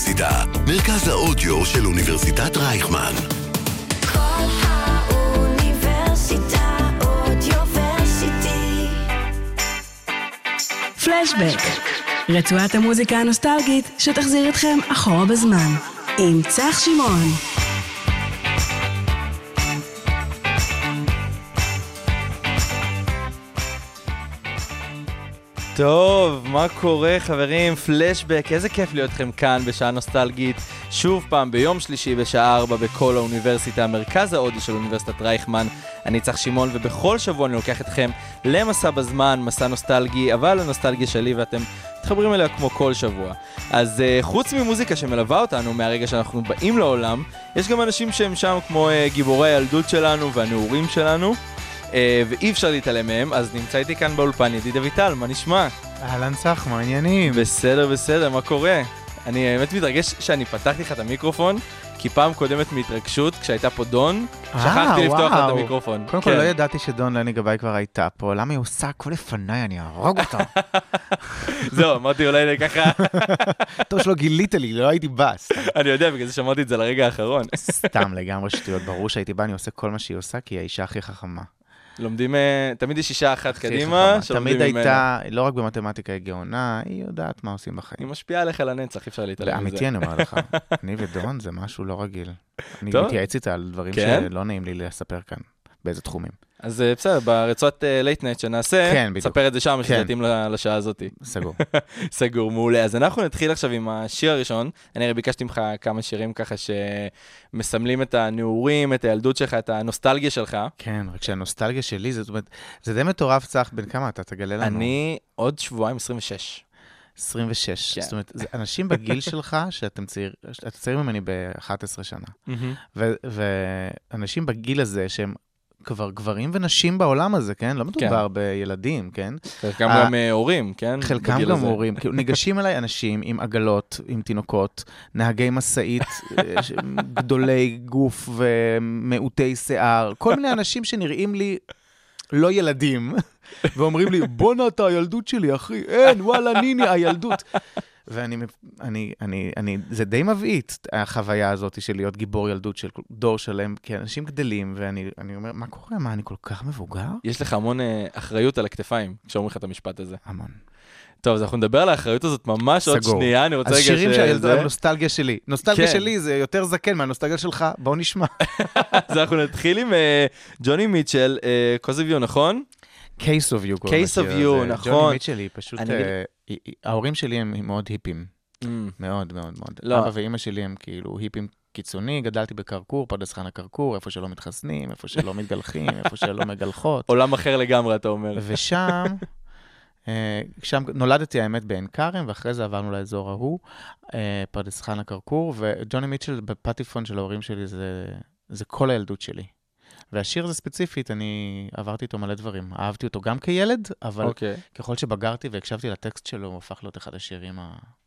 האוניברסיטה, מרכז האודיו של אוניברסיטת רייכמן. כל האוניברסיטה אודיוורסיטי. פלשבק, רצועת המוזיקה הנוסטלגית שתחזיר אתכם אחורה בזמן, עם צח שמעון. טוב, מה קורה חברים? פלשבק, איזה כיף להיות לכם כאן בשעה נוסטלגית. שוב פעם ביום שלישי בשעה 4 בכל האוניברסיטה, מרכז האודיו של אוניברסיטת רייכמן. אני צח שמעון, ובכל שבוע אני לוקח אתכם למסע בזמן, מסע נוסטלגי, אבל הנוסטלגיה שלי ואתם מתחברים אליה כמו כל שבוע. אז חוץ ממוזיקה שמלווה אותנו מהרגע שאנחנו באים לעולם, יש גם אנשים שהם שם כמו גיבורי הילדות שלנו והנעורים שלנו. ואי אפשר להתעלם מהם, אז נמצא איתי כאן באולפן ידיד אביטל, מה נשמע? אהלן צח, מה העניינים? בסדר, מה קורה? אני באמת מתרגש שאני פתחתי לך את המיקרופון, כי פעם קודמת מהתרגשות, כשהייתה פה דון, שכחתי לפתוח את המיקרופון. קודם כל לא ידעתי שדון לני גבי כבר הייתה פה, למה היא עושה הכל לפניי, אני ארוג אותה. זהו, אמרתי אולי ככה. טוב שלא גילית לי, לא הייתי בס. אני יודע, בגלל זה שמרתי את זה לרגע האחרון. סתם לגמרי שטויות, ברור שהייתי בא, אני עושה כל מה שהיא עושה, כי היא האישה הכי חכמה. לומדים, תמיד יש אישה אחת קדימה, תמיד הייתה, לא רק במתמטיקה היא גאונה, היא יודעת מה עושים בחיים. היא משפיעה עליך לנצח, אי אפשר להתעלם מזה. אמיתי אני אומר לך, אני ודון זה משהו לא רגיל. אני מתייעץ איתה על דברים שלא נעים לי לספר כאן, באיזה תחומים. אז בסדר, ברצועת לייט נייט שנעשה, תספר את זה שם, שתתאים לשעה הזאת. סגור. סגור, מעולה. אז אנחנו נתחיל עכשיו עם השיר הראשון. אני הרי ביקשתי ממך כמה שירים ככה שמסמלים את הנעורים, את הילדות שלך, את הנוסטלגיה שלך. כן, רק שהנוסטלגיה שלי, זאת אומרת, זה די מטורף צח, בין כמה אתה תגלה לנו? אני עוד שבועיים 26. 26. כן. זאת אומרת, זה אנשים בגיל שלך, שאתם צעירים ממני ב-11 שנה. ואנשים בגיל הזה שהם כבר גברים ונשים בעולם הזה, כן? לא מדובר בילדים, כן? חלקם גם הורים, כן? חלקם גם הורים. ניגשים אליי אנשים עם עגלות, עם תינוקות, נהגי מסעית, גדולי גוף ומעוטי שיער, כל מיני אנשים שנראים לי לא ילדים, ואומרים לי, בוא נעתה, הילדות שלי, אחי, אין, וואלה, ניני, הילדות. זה די מבעית, החוויה הזאת של להיות גיבור ילדות של דור שלם, כי אנשים גדלים, ואני אומר, מה קורה? מה, אני כל כך מבוגר? יש לך המון אחריות על הכתפיים, כשאומרים לך את המשפט הזה. המון. טוב, אז אנחנו נדבר על האחריות הזאת ממש עוד שנייה, אני רוצה אז שירים שהילדות, נוסטלגיה שלי. נוסטלגיה שלי זה יותר זקן מהנוסטלגיה שלך, בואו נשמע. אז אנחנו נתחיל עם ג'וני מיטשל, Cause of You, נכון? Case of You. Case of You, נכון. ג'וני מיטשל היא פשוט, ההורים שלי הם מאוד היפים. מאוד, מאוד, מאוד. אבא ואמא שלי הם כאילו היפים קיצוני, גדלתי בקרקור, פרדס חנה קרקור, איפה שלא מתחסנים, איפה שלא מתגלחים, איפה שלא מגלחות. עולם אחר לגמרי, אתה אומר. ושם נולדתי האמת בעין כרם, ואחרי זה עברנו לאזור ההוא, פרדס חנה קרקור, וג'וני מיטשל בפטיפון של ההורים שלי זה כל הילדות שלי. והשיר הזה ספציפית, אני עברתי איתו מלא דברים. אהבתי אותו גם כילד, אבל ככל שבגרתי והקשבתי לטקסט שלו, הוא הפך להיות אחד השירים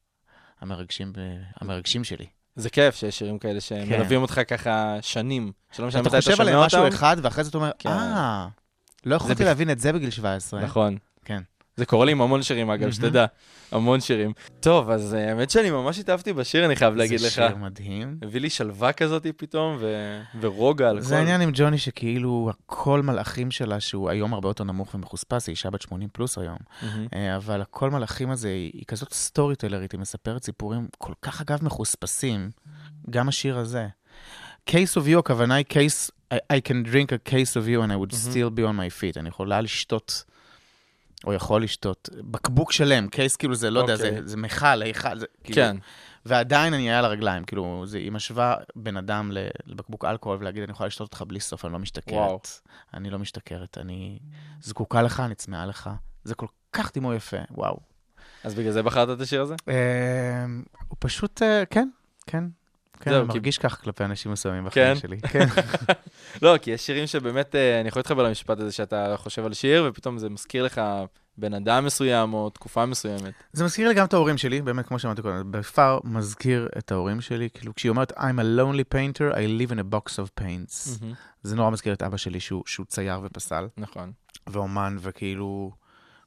המרגשים שלי. זה כיף שיש שירים כאלה שמלווים אותך ככה שנים. אתה חושב עליהם משהו אחד, ואחרי זה אתה אומר, לא יכולתי להבין את זה בגיל 17. נכון. כן. זה קורה לי עם המון שירים, אגב, שתדע. המון שירים. טוב, אז האמת שאני ממש התאהבתי בשיר, אני חייב להגיד לך. זה שיר מדהים. הביא לי שלווה כזאת פתאום, ורוגע על כל. זה העניין עם ג'וני שכאילו הכל מלאכים שלה, שהוא היום הרבה יותר נמוך ומחוספס, היא אישה בת 80 פלוס היום. אבל הכל מלאכים הזה, היא כזאת סטורי טלרית, היא מספרת סיפורים כל כך אגב מחוספסים, גם השיר הזה. Case of You, הכוונה היא case, I can drink a case of you and I would still be on my feet. אני יכולה לשתות או יכול לשתות, בקבוק שלם, קייס כאילו זה, לא יודע, זה מיכל, כן. ועדיין אני אהיה על הרגליים, כאילו, היא משווה בן אדם לבקבוק אלכוהול, ולהגיד, אני יכולה לשתות אותך בלי סוף, אני לא משתכרת. אני לא משתכרת, אני זקוקה לך, אני צמאה לך. זה כל כך דימוי יפה, וואו. אז בגלל זה בחרת את השיר הזה? הוא פשוט, כן. כן, אני מרגיש כך כלפי אנשים מסוימים בחיים שלי. כן. לא, כי יש שירים שבאמת, אני יכול להתחבר למשפט הזה שאתה חושב על שיר, ופתאום זה מזכיר לך בן אדם מסוים או תקופה מסוימת. זה מזכיר לי גם את ההורים שלי, באמת כמו שאמרתי קודם, בפאר מזכיר את ההורים שלי, כאילו כשהיא אומרת, I'm a lonely painter, I live in a box of paints. זה נורא מזכיר את אבא שלי שהוא צייר ופסל. נכון. ואומן, וכאילו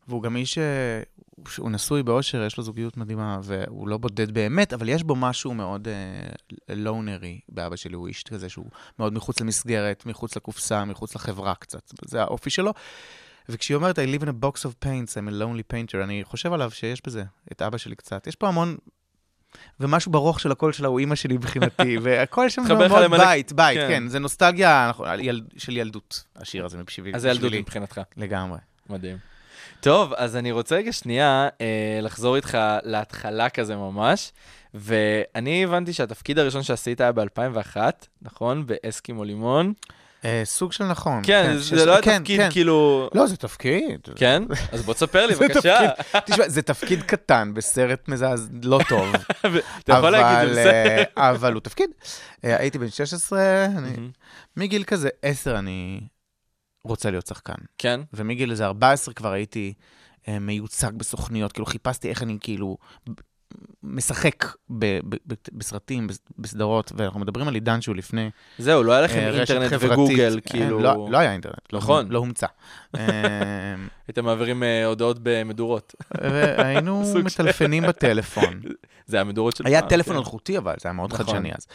והוא גם איש שהוא נשוי באושר, יש לו זוגיות מדהימה, והוא לא בודד באמת, אבל יש בו משהו מאוד לונרי באבא שלי, הוא איש כזה שהוא מאוד מחוץ למסגרת, מחוץ לקופסה, מחוץ לחברה קצת. זה האופי שלו. וכשהיא אומרת, I live in a box of paints, I'm a lonely painter, אני חושב עליו שיש בזה, את אבא שלי קצת. יש פה המון, ומשהו ברוך של הקול שלה הוא אמא שלי מבחינתי, והקול שם זה מאוד בית, כן, זה נוסטלגיה של ילדות, השיר הזה מבשבילי. אז זה ילדות מבחינתך. לגמרי. מדהים. טוב, אז אני רוצה רגע שנייה לחזור איתך להתחלה כזה ממש, ואני הבנתי שהתפקיד הראשון שעשית היה ב-2001, נכון? באסקימו לימון. סוג של נכון. כן, זה לא תפקיד כאילו... לא, זה תפקיד. כן? אז בוא תספר לי, בבקשה. תשמע, זה תפקיד קטן בסרט מזעז לא טוב. אתה יכול להגיד את זה. אבל הוא תפקיד. הייתי בן 16, מגיל כזה 10 אני רוצה להיות שחקן. כן. ומגיל איזה 14 כבר הייתי מיוצג בסוכניות, כאילו חיפשתי איך אני כאילו... משחק בסרטים, בסדרות, ואנחנו מדברים על עידן שהוא לפני... זהו, לא היה לכם אינטרנט וגוגל, כאילו... לא היה אינטרנט, נכון. לא הומצא. הייתם מעבירים הודעות במדורות. והיינו מטלפנים בטלפון. זה היה מדורות של... היה טלפון אלחוטי, אבל זה היה מאוד חדשני אז.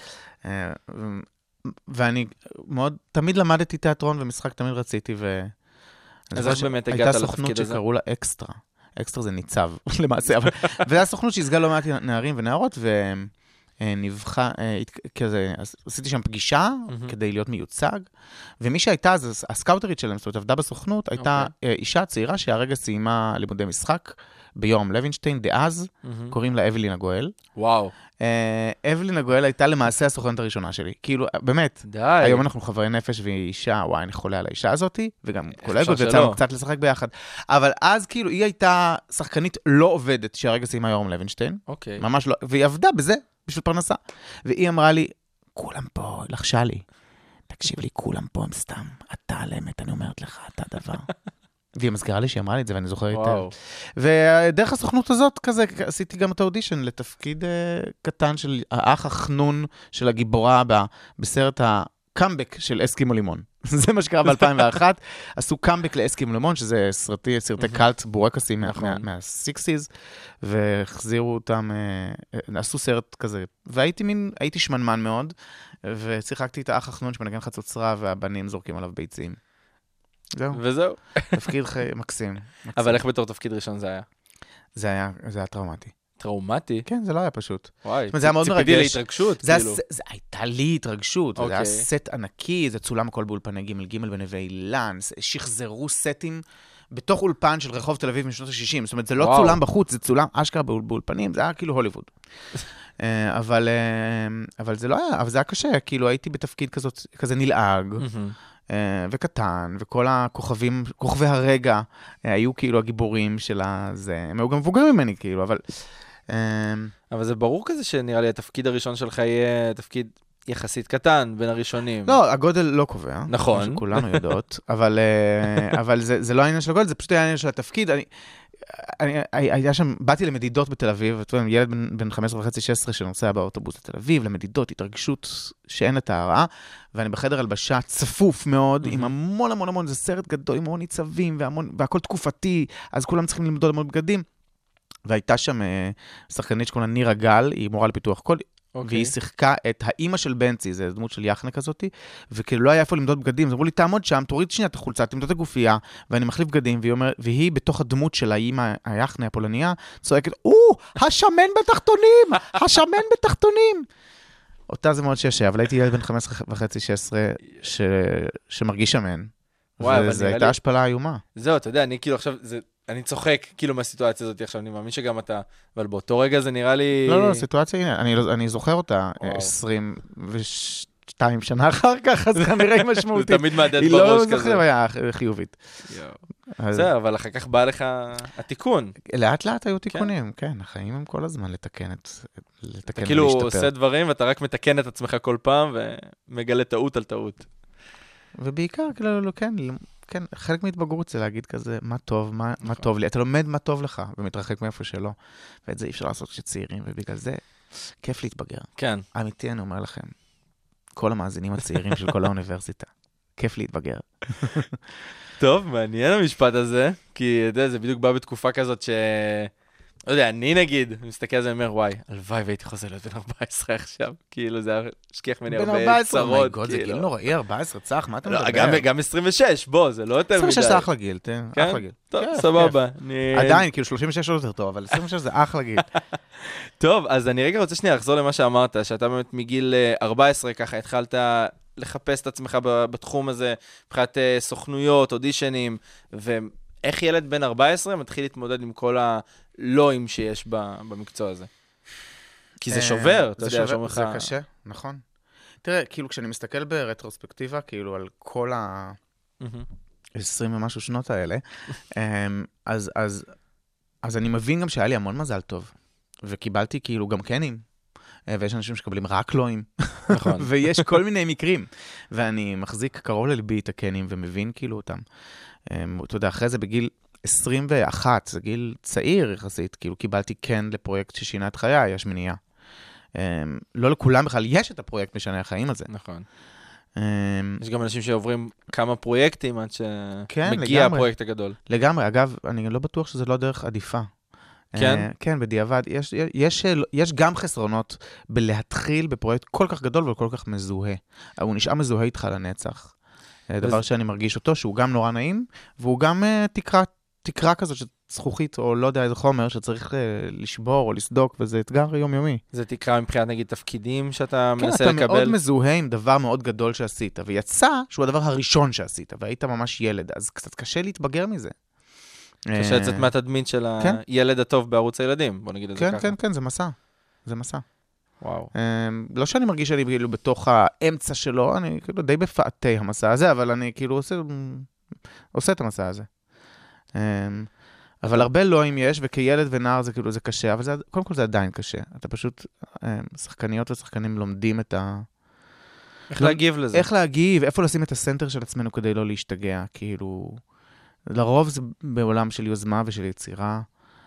ואני מאוד, תמיד למדתי תיאטרון ומשחק, תמיד רציתי, אז איך באמת הגעת לתפקיד הזה? הייתה סוכנות שקראו לה אקסטרה. אקסטרה זה ניצב, למעשה, אבל... וזו הסוכנות שהסגה לא מעט נערים ונערות, ונבחה, כזה, עשיתי שם פגישה, כדי להיות מיוצג, ומי שהייתה, אז הסקאוטרית שלהם, זאת אומרת, עבדה בסוכנות, הייתה אישה צעירה שהרגע סיימה לימודי משחק, ביורם לוינשטיין, דאז, קוראים לה אבלין הגואל. וואו. אבלין הגואל הייתה למעשה הסוכנת הראשונה שלי. כאילו, באמת, די. היום אנחנו חברי נפש והיא אישה, וואי, אני חולה על האישה הזאת, וגם קולגות, ויצאנו קצת לשחק ביחד. אבל אז כאילו, היא הייתה שחקנית לא עובדת, שהרגע סיימה יורם לוינשטיין. אוקיי. ממש לא, והיא עבדה בזה, בשביל פרנסה. והיא אמרה לי, כולם פה, לחשה לי. תקשיב לי, כולם פה הם סתם. אתה על אמת, אני אומרת לך, אתה דבר. והיא מזכירה לי שהיא אמרה לי את זה, ואני זוכר היטב. ודרך הסוכנות הזאת, כזה, עשיתי גם את האודישן לתפקיד קטן של האח החנון של הגיבורה בסרט הקאמבק של אסקימו לימון. זה מה שקרה ב-2001. עשו קאמבק לאסקימו לימון, שזה סרטי קלט בורקסים מה-60s, והחזירו אותם, עשו סרט כזה. והייתי שמנמן מאוד, ושיחקתי את האח החנון שמנגן חצוצרה, והבנים זורקים עליו ביצים. וזהו. תפקיד מקסים. אבל איך בתור תפקיד ראשון זה היה? זה היה טראומטי. טראומטי? כן, זה לא היה פשוט. וואי, זה היה מאוד מרגש. ציפיתי להתרגשות, כאילו. הייתה לי התרגשות, זה היה סט ענקי, זה צולם הכל באולפני ג' בנווה אילן, שחזרו סטים בתוך אולפן של רחוב תל אביב משנות ה-60, זאת אומרת, זה לא צולם בחוץ, זה צולם אשכרה באולפנים, זה היה כאילו הוליווד. אבל זה לא היה, אבל זה היה קשה, כאילו הייתי בתפקיד כזה נלעג, וקטן, וכל כוכבי הרגע, היו כאילו הגיבורים של הזה, הם היו גם מבוגרים ממני כאילו, אבל זה ברור כזה שנראה לי התפקיד הראשון שלך יהיה תפקיד יחסית קטן בין הראשונים. לא, הגודל לא קובע. נכון. כמו שכולנו יודעות, אבל זה לא העניין של הגודל, זה פשוט העניין של התפקיד. היה שם, באתי למדידות בתל אביב, ילד בן 15.5-16 שנוסע באוטובוס לתל אביב, למדידות, התרגשות שאין את ההרעה, ואני בחדר הלבשה צפוף מאוד, עם המון המון המון, זה סרט גדול, עם המון ניצבים, והכל תקופתי, אז כולם צריכים למדוד המון בגדים, והייתה שם שחקנית שקוראים לה נירה גל, היא מורה לפיתוח קול, והיא שיחקה את האימא של בנצי, זו דמות של יחנה כזאת, וכאילו לא היה איפה למדוד בגדים, אז אמרו לי, תעמוד שם, תוריד שנייה את החולצה, תמדוד את הגופייה, ואני מחליף בגדים, והיא בתוך הדמות של האימא היחנה הפולניה, צועקת, השמן בתחתונים! השמן בתחתונים! אותה זה מאוד ששה, אבל הייתי ילד בן 15.5-16 שמרגיש שמן, וזו הייתה השפלה איומה. זהו, אתה יודע, אני כאילו עכשיו, אני צוחק כאילו מהסיטואציה הזאת עכשיו, אני מאמין שגם אתה, אבל באותו רגע זה נראה לי... לא, סיטואציה, אני זוכר אותה 22 שנה אחר כך, אז כנראה היא משמעותית. זה תמיד מהדהד בראש כזה. היא לא זוכר, היה חיובית. בסדר, אבל אחר כך בא לך התיקון. לאט לאט היו תיקונים, כן, החיים הם כל הזמן לתקן ולהשתפר. אתה כאילו עושה דברים ואתה רק מתקן את עצמך כל פעם ומגלה טעות על טעות. ובעיקר, כאילו, כן, חלק מהתבגרות זה להגיד כזה, מה טוב, מה טוב לי. אתה לומד מה טוב לך, ומתרחק מאיפה שלא. ואת זה אי אפשר לעשות כשצעירים, ובגלל זה כיף להתבגר. כן. אמיתי, אני אומר לכם, כל המאזינים הצעירים של כל האוניברסיטה. כיף להתבגר. טוב, מעניין המשפט הזה, כי אתה יודע, זה בדיוק בא בתקופה כזאת ש... לא יודע, אני נגיד, מסתכל על זה ואומר, וואי, הלוואי והייתי חוזר להיות בן 14 עכשיו, כאילו זה השכיח ממני הרבה צרות. זה גיל נוראי, 14, צח, מה אתה מדבר? גם 26, בוא, זה לא יותר מדי. 26 זה אחלה גיל, אחלה גיל. טוב, סבבה. עדיין, כאילו 36 לא יותר טוב, אבל 26 זה אחלה גיל. טוב, אז אני רגע רוצה שנייה לחזור למה שאמרת, שאתה באמת מגיל 14 ככה התחלת לחפש את עצמך בתחום הזה, מבחינת סוכנויות, אודישנים, ואיך ילד בן 14 מתחיל להתמודד עם כל הלואים שיש במקצוע הזה? כי זה שובר, אתה יודע, שאומר לך... זה קשה, נכון. תראה, כאילו כשאני מסתכל ברטרוספקטיבה, כאילו על כל 20 ומשהו שנות האלה, אז אני מבין גם שהיה לי המון מזל טוב, וקיבלתי כאילו גם קנים, ויש אנשים שקבלים רק לואים, נכון. ויש כל מיני מקרים, ואני מחזיק קרוב ללבי את הקנים, ומבין כאילו אותם. אתה יודע, אחרי זה בגיל 21, זה גיל צעיר יחסית, כאילו קיבלתי כן לפרויקט ששינה את חיי, יש מניעה. לא לכולם בכלל יש את הפרויקט משנה החיים הזה. נכון. יש גם אנשים שעוברים כמה פרויקטים עד שמגיע הפרויקט הגדול. לגמרי, אגב, אני לא בטוח שזה לא דרך עדיפה. כן? כן, בדיעבד. יש גם חסרונות בלהתחיל בפרויקט כל כך גדול וכל כך מזוהה. הוא נשאר מזוהה איתך לנצח. דבר שאני מרגיש אותו, שהוא גם נורא נעים, והוא גם תקרה כזאת של זכוכית, או לא יודע איזה חומר, שצריך לשבור או לסדוק, וזה אתגר יומיומי. זה תקרה מבחינת נגיד תפקידים שאתה מנסה לקבל? כן, אתה מאוד מזוהה עם דבר מאוד גדול שעשית, ויצא שהוא הדבר הראשון שעשית, והיית ממש ילד, אז קצת קשה להתבגר מזה. קשה לצאת מהתדמית של הילד הטוב בערוץ הילדים, בוא נגיד את זה ככה. כן, כן, זה מסע. זה מסע. וואו. לא שאני מרגיש שאני כאילו בתוך האמצע שלו, אני כאילו די בפעתי המסע הזה, אבל אני כאילו עושה את המסע הזה. אבל הרבה לא אם יש, וכילד ונער זה כאילו זה קשה, אבל קודם כל זה עדיין קשה. אתה פשוט, שחקניות ושחקנים לומדים את איך להגיב לזה? איך להגיב, איפה לשים את הסנטר של עצמנו כדי לא להשתגע, כאילו... לרוב זה בעולם של יוזמה ושל יצירה,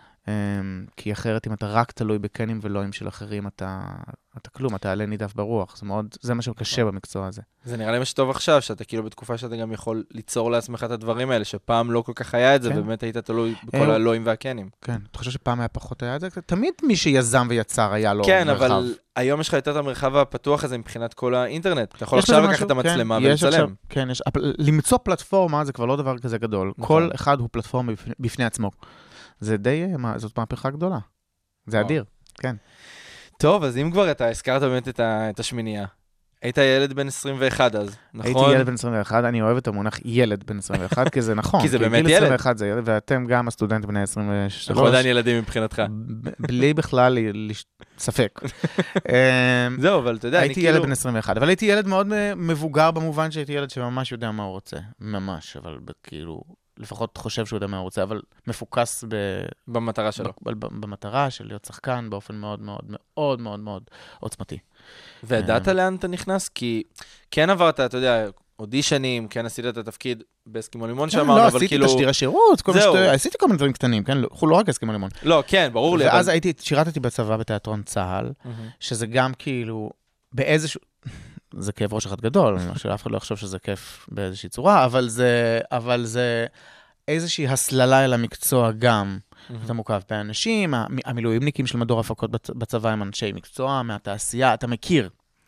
כי אחרת אם אתה רק תלוי בקנים ולואים של אחרים, אתה כלום, אתה עלה נידף ברוח. זה מה שקשה במקצוע הזה. זה נראה לי מה שטוב עכשיו, שאתה כאילו בתקופה שאתה גם יכול ליצור לעצמך את הדברים האלה, שפעם לא כל כך היה את זה, ובאמת היית תלוי בכל הלואים והקנים. כן, אתה חושב שפעם היה פחות היה את זה? תמיד מי שיזם ויצר היה לו מרחב. כן, אבל היום יש לך יותר את המרחב הפתוח הזה מבחינת כל האינטרנט. אתה יכול עכשיו לקחת את המצלמה ולצלם. כן, למצוא פלטפורמה זה כבר לא דבר כזה גדול. כל אחד הוא פלטפורמה בפני עצמו. זה די, זאת מהפכה גדולה. זה אדיר, כן. טוב, אז אם כבר אתה הזכרת באמת את השמינייה. היית ילד בן 21 אז, נכון? הייתי ילד בן 21, אני אוהב את המונח ילד בן 21, כי זה נכון. כי זה באמת ילד. גיל 21 זה ילד, ואתם גם הסטודנט בני 23. אנחנו עדיין ילדים מבחינתך. בלי בכלל ספק. זהו, אבל אתה יודע, הייתי ילד בן 21, אבל הייתי ילד מאוד מבוגר במובן שהייתי ילד שממש יודע מה הוא רוצה. ממש, אבל כאילו... לפחות חושב שהוא יודע מה הוא רוצה, אבל מפוקס במטרה שלו. במטרה של להיות שחקן באופן מאוד מאוד מאוד מאוד מאוד עוצמתי. וידעת לאן אתה נכנס? כי כן עברת, אתה יודע, אודישנים, כן עשית את התפקיד באסקימו לימון שאמרנו, אבל כאילו... לא, עשיתי תשדירי שירות, עשיתי כל מיני דברים קטנים, כן? לא רק אסקימו לימון. לא, כן, ברור לי. ואז שירתתי בצבא בתיאטרון צהל, שזה גם כאילו באיזשהו... זה כאב ראש אחד גדול, שאף אחד לא יחשוב שזה כיף באיזושהי צורה, אבל זה איזושהי הסללה אל המקצוע גם. אתה מוקף באנשים, המילואימניקים של מדור הפקות בצבא הם אנשי מקצוע, מהתעשייה, אתה מכיר.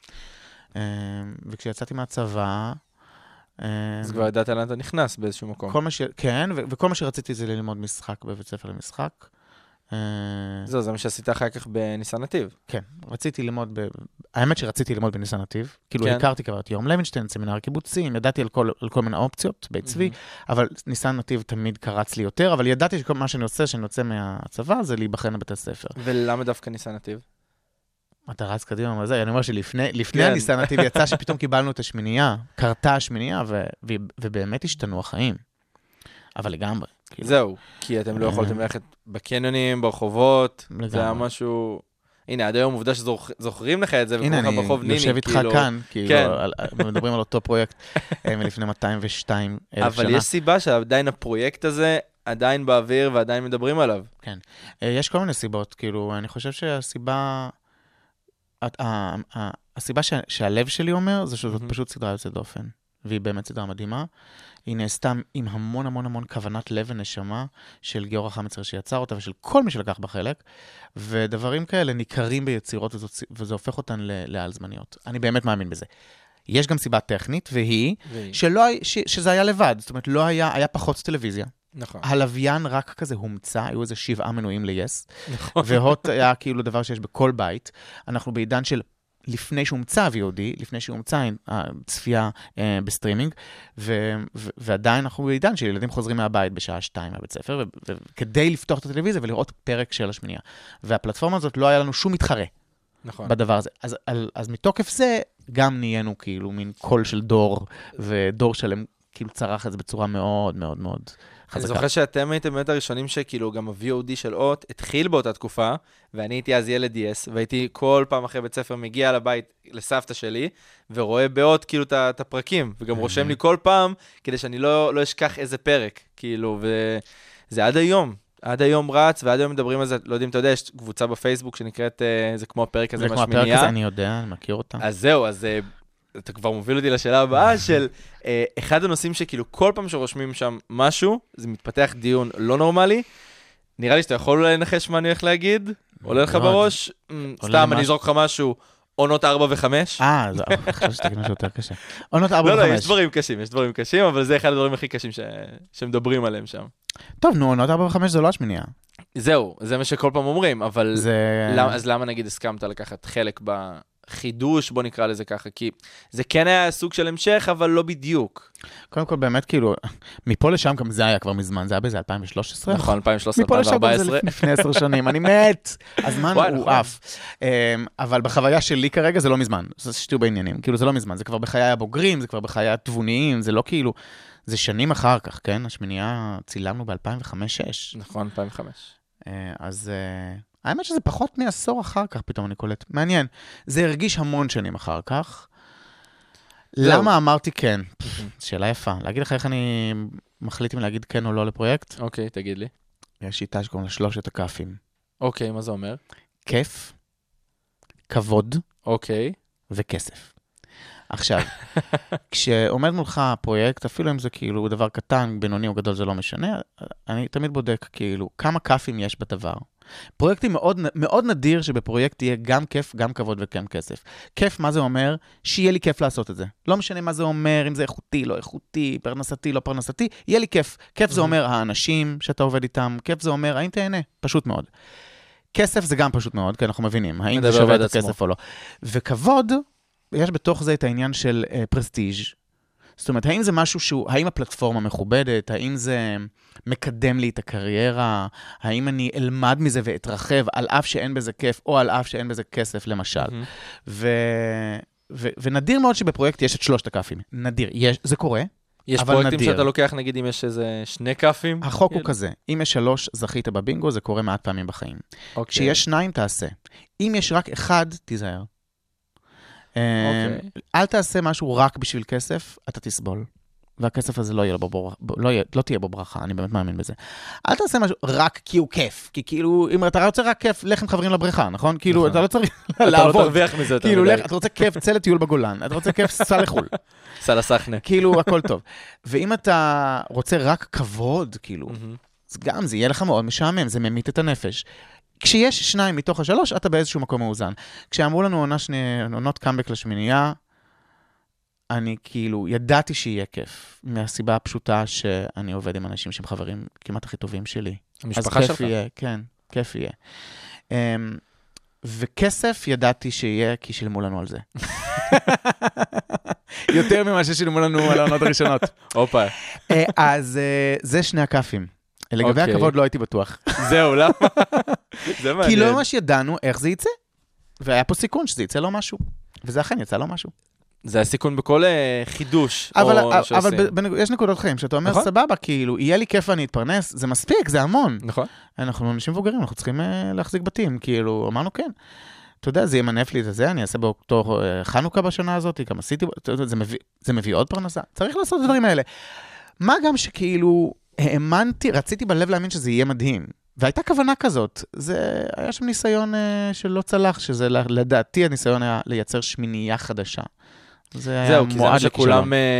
וכשיצאתי מהצבא... אז כבר ידעת לאן אתה נכנס באיזשהו מקום. כן, וכל מה שרציתי זה ללמוד משחק בבית ספר למשחק. זהו, זה מה שעשית אחר כך בניסן נתיב. כן, רציתי ללמוד, האמת שרציתי ללמוד בניסן נתיב, כאילו הכרתי כבר את יורם לוינשטיין, סמינר קיבוצים, ידעתי על כל מיני אופציות, בית צבי, אבל ניסן נתיב תמיד קרץ לי יותר, אבל ידעתי שכל מה שאני יוצא מהצבא, זה להיבחן לבית הספר. ולמה דווקא ניסן נתיב? אתה רץ קדימה מה זה, אני אומר שלפני הניסן נתיב יצא שפתאום קיבלנו את השמינייה, קרתה השמינייה, ובאמת השתנו החיים. אבל לגמרי. זהו, כי אתם לא יכולתם ללכת בקניונים, ברחובות, זה היה משהו... הנה, עד היום עובדה שזוכרים לך את זה, הנה, אני יושב איתך כאן, כאילו, מדברים על אותו פרויקט מלפני 202,000 שנה. אבל יש סיבה שעדיין הפרויקט הזה עדיין באוויר ועדיין מדברים עליו. כן, יש כל מיני סיבות, כאילו, אני חושב הסיבה שהלב שלי אומר, זה שזאת פשוט סדרה יוצאת דופן. והיא באמת סדרה מדהימה. היא נעשתה עם המון המון המון כוונת לב ונשמה של גיורא חמיצר שיצר אותה, ושל כל מי שלקח בה חלק, ודברים כאלה ניכרים ביצירות, וזה הופך אותן לעל זמניות. אני באמת מאמין בזה. יש גם סיבה טכנית, והיא שזה היה לבד, זאת אומרת, לא היה פחות טלוויזיה. נכון. הלוויין רק כזה הומצא, היו איזה 7 מנויים ל-yes, והוט היה כאילו דבר שיש בכל בית. אנחנו בעידן של לפני שהומצא VOD, לפני שהומצא צפייה בסטרימינג, ועדיין אנחנו בעידן שילדים חוזרים מהבית בשעה 2 מהבית ספר, וכדי לפתוח את הטלוויזיה ולראות פרק של השמינייה. והפלטפורמה הזאת לא היה לנו שום מתחרה בדבר הזה. אז מתוקף זה גם נהיינו כאילו מין קול של דור, ודור שלם כאילו צרח את זה בצורה מאוד מאוד מאוד חזקה. אני זוכר שאתם הייתם באמת הראשונים שכאילו גם ה-VOD של הוט התחיל באותה תקופה, ואני הייתי אז ילד יס, והייתי כל פעם אחרי בית ספר מגיע לבית לסבתא שלי, ורואה בהוט כאילו את הפרקים, וגם רושם לי כל פעם, כדי שאני לא אשכח איזה פרק, כאילו, וזה עד היום רץ, ועד היום מדברים על זה, לא יודעים, אתה יודע, יש קבוצה בפייסבוק שנקראת, זה כמו הפרק הזה מהשמינייה. זה כמו הפרק הזה, אני יודע, אני מכיר אותה. אז זהו, אז אתה כבר מוביל אותי לשאלה הבאה של אחד הנושאים שכאילו כל פעם שרושמים שם משהו, זה מתפתח דיון לא נורמלי. נראה לי שאתה יכול אולי לנחש מה אני הולך להגיד? עולה לך בראש? סתם, אני אזרוק לך משהו, עונות 4 ו-5. חושב שתגיד משהו יותר קשה. עונות 4 ו-5. לא, יש דברים קשים, אבל זה אחד הדברים הכי קשים שמדברים עליהם שם. טוב, נו, עונות 4 ו-5 זה לא השמינייה. זהו, זה מה שכל פעם אומרים, אבל אז למה נגיד הסכמת לקחת חלק חידוש, בוא נקרא לזה ככה, כי זה כן היה סוג של המשך, אבל לא בדיוק. קודם כל, באמת, כאילו, מפה לשם גם זה היה כבר מזמן, זה היה באיזה 2013? נכון, 2013, מפה לשם גם זה לפני 10 שנים, אני מת, הזמן הוא אף. אבל בחוויה שלי כרגע זה לא מזמן, זה שתהיו בעניינים, כאילו זה לא מזמן, זה כבר בחיי הבוגרים, זה כבר בחיי התבוניים, זה לא כאילו, זה שנים אחר כך, כן? השמינייה צילמנו ב-2005-2006. נכון, 2005. אז האמת שזה פחות מעשור אחר כך, פתאום אני קולט. מעניין. זה הרגיש המון שנים אחר כך. למה אמרתי כן? שאלה יפה. להגיד לך איך אני מחליט אם להגיד כן או לא לפרויקט? אוקיי, תגיד לי. יש שיטה שקוראים לה 3 הכ"פים. אוקיי, מה זה אומר? כיף, כבוד, אוקיי. וכסף. עכשיו, כשעומד מולך פרויקט, אפילו אם זה כאילו דבר קטן, בינוני או גדול, זה לא משנה, אני תמיד בודק כאילו כמה כ"פים יש בדבר. פרויקטים מאוד, מאוד נדיר שבפרויקט תהיה גם כיף, גם כבוד וגם כסף. כיף, מה זה אומר? שיהיה לי כיף לעשות את זה. לא משנה מה זה אומר, אם זה איכותי, לא איכותי, פרנסתי, לא פרנסתי, יהיה לי כיף. כיף זה אומר האנשים שאתה עובד איתם, כיף זה אומר האם תהנה, פשוט מאוד. כסף זה גם פשוט מאוד, כי אנחנו מבינים, האם זה שווה את הכסף או לא. וכבוד, יש בתוך זה את העניין של פרסטיג'. זאת אומרת, האם זה משהו שהוא, האם הפלטפורמה מכובדת, האם זה מקדם לי את הקריירה, האם אני אלמד מזה ואתרחב על אף שאין בזה כיף, או על אף שאין בזה כסף, למשל. ונדיר מאוד שבפרויקט יש את 3 הכ"פים. נדיר, זה קורה, יש פרויקטים שאתה לוקח, נגיד, אם יש איזה 2 כ"פים? החוק הוא כזה, אם יש 3, זכית בבינגו, זה קורה מעט פעמים בחיים. כשיש 2, תעשה. אם יש רק 1, תיזהר. אל תעשה משהו רק בשביל כסף, אתה תסבול. והכסף הזה לא תהיה בו ברכה, אני באמת מאמין בזה. אל תעשה משהו רק כי הוא כיף, כי כאילו, אם אתה רוצה רק כיף, לך עם חברים לבריכה, נכון? כאילו, אתה לא צריך לעבוד. אתה לא תרוויח מזה. כאילו, אתה רוצה כיף, צא לטיול בגולן, אתה רוצה כיף, סע לחול. סע לסחנה. כאילו, הכל טוב. ואם אתה רוצה רק כבוד, כאילו, אז גם זה יהיה לך מאוד משעמם, זה ממית את הנפש. כשיש 2 מתוך 3, אתה באיזשהו מקום מאוזן. כשאמרו לנו עונות קאמבק לשמינייה, אני כאילו ידעתי שיהיה כיף, מהסיבה הפשוטה שאני עובד עם אנשים שהם חברים כמעט הכי טובים שלי. המשפחה שלך? אז כיף יהיה, כן, כיף יהיה. וכסף ידעתי שיהיה, כי שילמו לנו על זה. יותר ממה ששילמו לנו על העונות הראשונות. אופה. אז זה 2 הכ"פים. לגבי הכבוד לא הייתי בטוח. זהו, למה? זה מעניין. כי לא ממש ידענו איך זה יצא. והיה פה סיכון שזה יצא לו משהו. וזה אכן יצא לו משהו. זה הסיכון בכל חידוש. אבל יש נקודות חיים, שאתה אומר, סבבה, כאילו, יהיה לי כיף ואני אתפרנס, זה מספיק, זה המון. נכון. אנחנו אנשים מבוגרים, אנחנו צריכים להחזיק בתים, כאילו, אמרנו כן. אתה יודע, זה ימנף לי את זה, אני אעשה באוקטובר חנוכה בשנה הזאת, גם עשיתי, זה מביא עוד פרנסה. צריך לעשות את הדברים האלה. מה גם שכאילו, האמנתי, רציתי בלב להאמין שזה יהיה מדהים. והייתה כוונה כזאת. זה היה שם ניסיון שלא צלח, שזה לדעתי הניסיון היה לייצר שמינייה חדשה. זהו, כי זה מה שכולם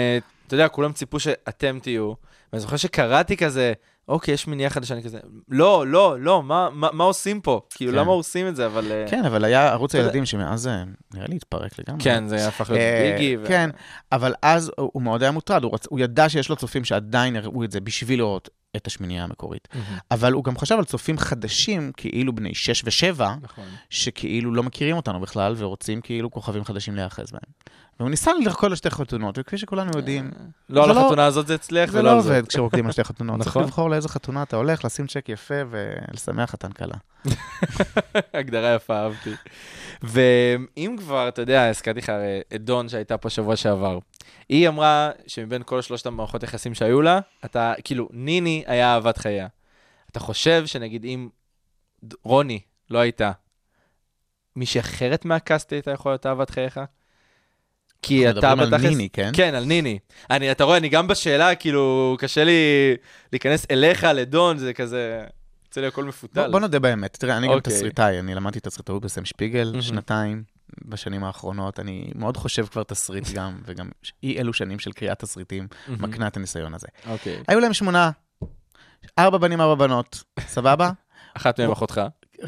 אתה יודע, כולם ציפו שאתם תהיו, ואני זוכר שקראתי כזה, אוקיי, יש מניעה חדשה, אני כזה, לא, מה עושים פה? כאילו, למה עושים את זה, אבל... כן, אבל היה ערוץ הילדים שמאז נראה לי התפרק לגמרי. כן, זה הפך להיות ביגי. כן, אבל אז הוא מאוד היה מוטרד, הוא ידע שיש לו צופים שעדיין יראו את זה בשביל לראות את השמינייה המקורית. אבל הוא גם חשב על צופים חדשים, כאילו בני 6 ו7, שכאילו לא מכירים אותנו בכלל, ורוצים כאילו כוכבים חדשים להיאחז בהם. והוא ניסה לרקוד על שתי חתונות, וכפי שכולנו יודעים... לא על החתונה הזאת זה הצליח ולא על זה. זה לא עובד כשרוקדים על שתי חתונות. צריך לבחור לאיזו חתונה אתה הולך, לשים צ'ק יפה ולשמח חתן קלה. הגדרה יפה, אהבתי. ואם כבר, אתה יודע, הזכרתי לך את דון שהייתה פה שבוע שעבר. היא אמרה שמבין כל 3 המערכות יחסים שהיו לה, אתה, כאילו, ניני היה אהבת חייה. אתה חושב שנגיד אם רוני לא הייתה, מישהי אחרת מהקאסט הייתה יכולה להיות אהבת חייך? כי אתה מדברים על ניני, כן? כן, על ניני. אתה רואה, אני גם בשאלה, כאילו, קשה לי להיכנס אליך, לדון, זה כזה... יוצא לי הכל מפותל. בוא נודה באמת. תראה, אני גם תסריטאי, אני למדתי תסריטאות בסם שפיגל, 2 בשנים האחרונות. אני מאוד חושב כבר תסריט גם, וגם אי אלו שנים של קריאת תסריטים, מקנה את הניסיון הזה. היו להם 8, 4 בנים, 4 בנות. סבבה? אחת מהם אחותך.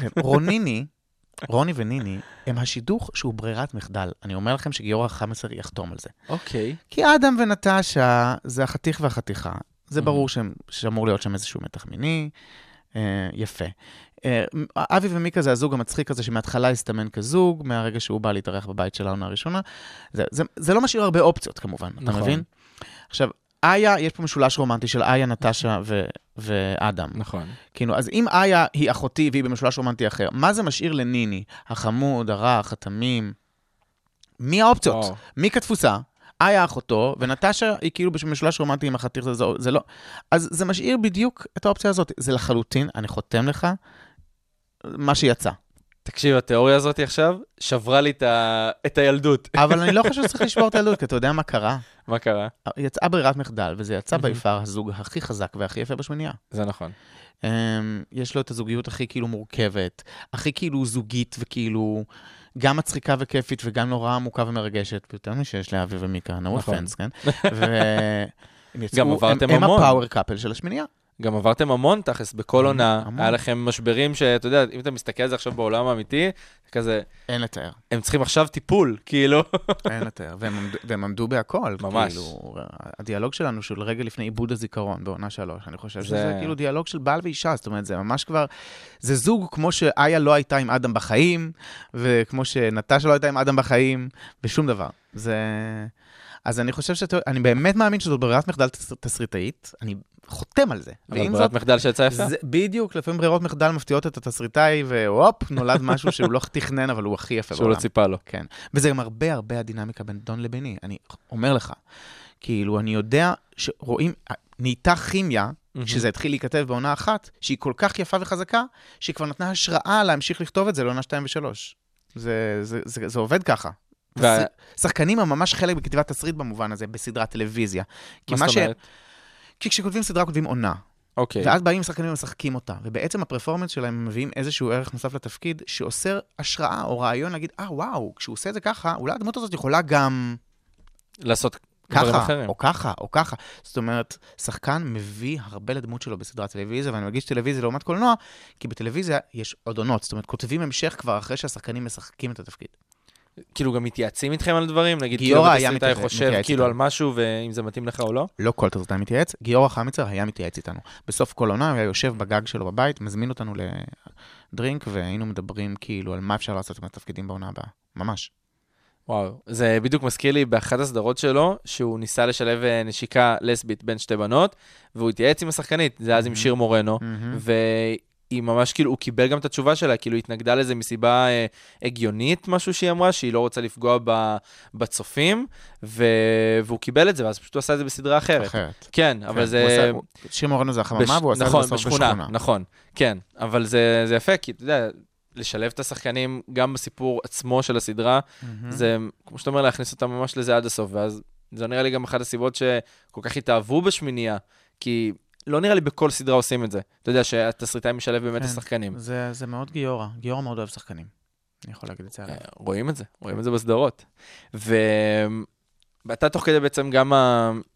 רוני וניני הם השידוך שהוא ברירת מחדל. אני אומר לכם שגיורא חמסר יחתום על זה. אוקיי. כי אדם ונטשה זה החתיך והחתיכה. זה ברור שאמור להיות שם איזשהו מתח מיני. יפה. אבי ומיקה זה הזוג המצחיק הזה שמההתחלה הסתמן כזוג, מהרגע שהוא בא להתארח בבית של העונה הראשונה. זה לא משאיר הרבה אופציות כמובן, אתה מבין? עכשיו, איה, יש פה משולש רומנטי של איה, נטשה ואדם. נכון. כאילו, אז אם איה היא אחותי והיא במשולש רומנטי אחר, מה זה משאיר לניני? החמוד, הרך, התמים? מי האופציות? מי כתפוסה? איה אחותו, ונטשה היא כאילו במשולש רומנטי עם החתיך, זה לא... אז זה משאיר בדיוק את האופציה הזאת. זה לחלוטין, אני חותם לך, מה שיצא. תקשיב, התיאוריה הזאת עכשיו שברה לי את הילדות. אבל אני לא חושב שצריך לשבור את הילדות, כי אתה יודע מה קרה? מה קרה? יצאה ברירת מחדל, וזה יצא ביפר הזוג הכי חזק והכי יפה בשמינייה. זה נכון. יש לו את הזוגיות הכי כאילו מורכבת, הכי כאילו זוגית וכאילו גם מצחיקה וכיפית וגם נורא עמוקה ומרגשת, ויותר שיש לאבי ומיקה, no offense, כן? גם עברתם המון. הם הפאוור קאפל של השמינייה. גם עברתם המון תכלס, בכל עונה, היה לכם משברים שאתה יודע, אם אתה מסתכל על זה עכשיו בעולם האמיתי, כזה... אין לתאר. הם צריכים עכשיו טיפול, כאילו. אין לתאר, והם עמדו בהכל. ממש. כאילו, הדיאלוג שלנו של רגע לפני עיבוד הזיכרון, בעונה 3, אני חושב שזה כאילו דיאלוג של בעל ואישה, זאת אומרת, זה ממש כבר... זה זוג כמו שאיה לא הייתה עם אדם בחיים, וכמו שנטשה לא הייתה עם אדם בחיים, ושום דבר. זה... אז אני חושב אני באמת מאמין שזאת ברירת מחדל תסריטאית, אני חותם על זה. אבל ברירת מחדל שיצא יפה? בדיוק, לפעמים ברירות מחדל מפתיעות את התסריטאי, והופ, נולד משהו שהוא לא תכנן, אבל הוא הכי יפה בעולם. שהוא לא ציפה לו. כן. וזה גם הרבה הדינמיקה בין דון לביני. אני אומר לך, כאילו, אני יודע שרואים, נהייתה כימיה, שזה התחיל להיכתב בעונה 1, שהיא כל כך יפה וחזקה, שהיא כבר נתנה השראה להמשיך לכתוב את זה לעונה 2 ו3. זה עובד ככה. שחקנים הם ממש חלק בכתיבת תסריט במובן הזה, בסדרת טלוויזיה. מה זאת אומרת? כי כשכותבים סדרה, כותבים עונה. אוקיי. ואז באים שחקנים ומשחקים אותה. ובעצם הפרפורמנס שלהם מביאים איזשהו ערך נוסף לתפקיד, שאוסר השראה או רעיון להגיד, וואו, כשהוא עושה את זה ככה, אולי הדמות הזאת יכולה גם... לעשות דברים אחרים. או ככה, או ככה. זאת אומרת, שחקן מביא הרבה לדמות שלו בסדרת טלוויזיה, ואני מגיש טלוויזיה לעומת קולנוע, כי בטלוויזיה יש עוד עונות. זאת אומרת, כותבים המשך כבר אחרי שהשחקנים משחקים את התפקיד. כאילו גם מתייעצים איתכם על דברים? נגיד, גיורא היה מתייעץ חושב כאילו על משהו, ואם זה מתאים לך או לא? לא כל תסריטאי מתייעץ. גיורא חמסר היה מתייעץ איתנו. בסוף כל עונה הוא היה יושב בגג שלו בבית, מזמין אותנו לדרינק, והיינו מדברים כאילו על מה אפשר לעשות עם התפקידים בעונה הבאה. ממש. וואו, זה בדיוק מזכיר לי באחת הסדרות שלו, שהוא ניסה לשלב נשיקה לסבית בין 2 בנות, והוא התייעץ עם השחקנית, זה אז עם שיר מורנו, היא ממש כאילו, הוא קיבל גם את התשובה שלה, כאילו היא התנגדה לזה מסיבה הגיונית, משהו שהיא אמרה, שהיא לא רוצה לפגוע בצופים, והוא קיבל את זה, ואז פשוט הוא עשה את זה בסדרה אחרת. כן, אבל זה... שיר מורנו זה החממה, והוא עשה את זה בסוף בשכונה. נכון, כן, אבל זה יפה, כי אתה יודע, לשלב את השחקנים גם בסיפור עצמו של הסדרה, זה, כמו שאתה אומר, להכניס אותם ממש לזה עד הסוף, ואז זה נראה לי גם אחת הסיבות שכל כך התאהבו בשמינייה, כי לא נראה לי בכל סדרה עושים את זה. אתה יודע שהתסריטאי משלב באמת השחקנים. זה מאוד גיורא. גיורא מאוד אוהב שחקנים. אני יכול להגיד את זה עליו. רואים את זה בסדרות. ואתה תוך כדי בעצם גם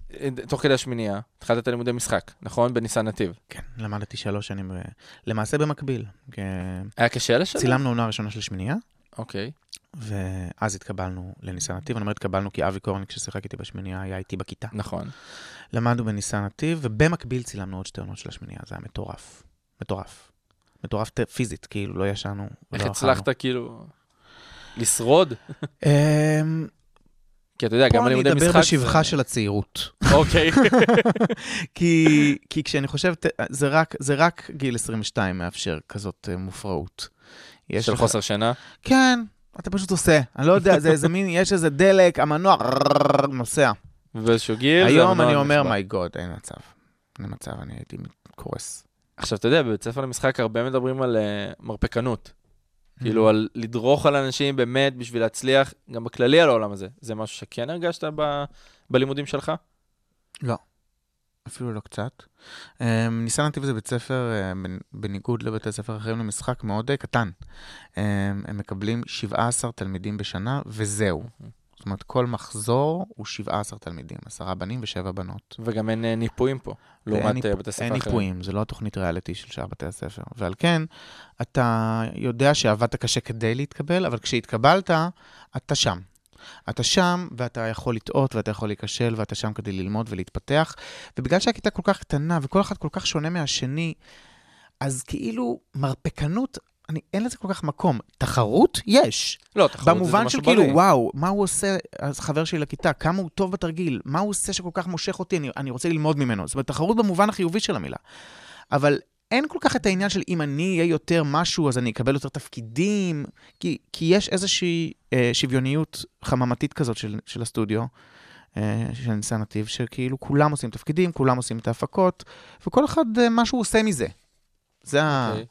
תוך כדי השמינייה, התחלת את הלימודי משחק, נכון? בניסן נתיב. כן, למדתי 3 שנים, למעשה במקביל. היה קשה לשלם? צילמנו עונה ראשונה של שמינייה, אוקיי. ואז התקבלנו לניסן נתיב. אני אומר התקבלנו כי אבי קורניק ששיחק איתי בשמינייה היה איתי בכיתה. נכון. למדנו בניסן נתיב, ובמקביל צילמנו עוד 2 עונות של השמינייה. זה היה מטורף. מטורף. מטורף פיזית, כאילו, לא ישנו. איך הצלחת כאילו לשרוד? כי אתה יודע, גם הלימודי משחק... פה אני אדבר בשבחה של הצעירות. אוקיי. כי כשאני חושב, זה רק גיל 22 מאפשר כזאת מופרעות. של חוסר שינה? כן, אתה פשוט עושה. אני לא יודע, זה איזה מין, יש איזה דלק, המנוע, נוסע. ובאיזשהו גיל... היום אני אומר, מי גוד, אין מצב, אני הייתי קורס. עכשיו, אתה יודע, בבית ספר למשחק הרבה מדברים על מרפקנות. כאילו, על לדרוך על אנשים באמת בשביל להצליח, גם בכללי על העולם הזה. זה משהו שכן הרגשת בלימודים שלך? לא. אפילו לא קצת. ניסן נתיב זה בית ספר, בניגוד לבתי ספר אחרים למשחק, מאוד קטן. הם מקבלים 17 תלמידים בשנה, וזהו. זאת אומרת, כל מחזור הוא 17 תלמידים, 10 בנים ו7 בנות. וגם אין ניפויים פה, לעומת בתי ספר אחרים. אין ניפויים, זה לא התוכנית ריאליטי של שאר בתי הספר. ועל כן, אתה יודע שעבדת קשה כדי להתקבל, אבל כשהתקבלת, אתה שם. אתה שם, ואתה יכול לטעות, ואתה יכול להיכשל, ואתה שם כדי ללמוד ולהתפתח. ובגלל שהכיתה כל כך קטנה, וכל אחד כל כך שונה מהשני, אז כאילו מרפקנות, אין לזה כל כך מקום. תחרות? יש. לא, תחרות זה במובן משהו של כאילו, בריא. וואו, מה הוא עושה, חבר שלי לכיתה, כמה הוא טוב בתרגיל, מה הוא עושה שכל כך מושך אותי, אני רוצה ללמוד ממנו. זאת אומרת, תחרות במובן החיובי של המילה. אבל אין כל כך את העניין של אם אני אהיה יותר משהו, אז אני אקבל יותר תפקידים, כי יש איזושהי שוויוניות חממתית כזאת של הסטודיו, של ניסן נתיב, שכאילו כולם עושים תפקידים, כולם עושים את ההפקות, וכל אחד משהו עושה מזה. זה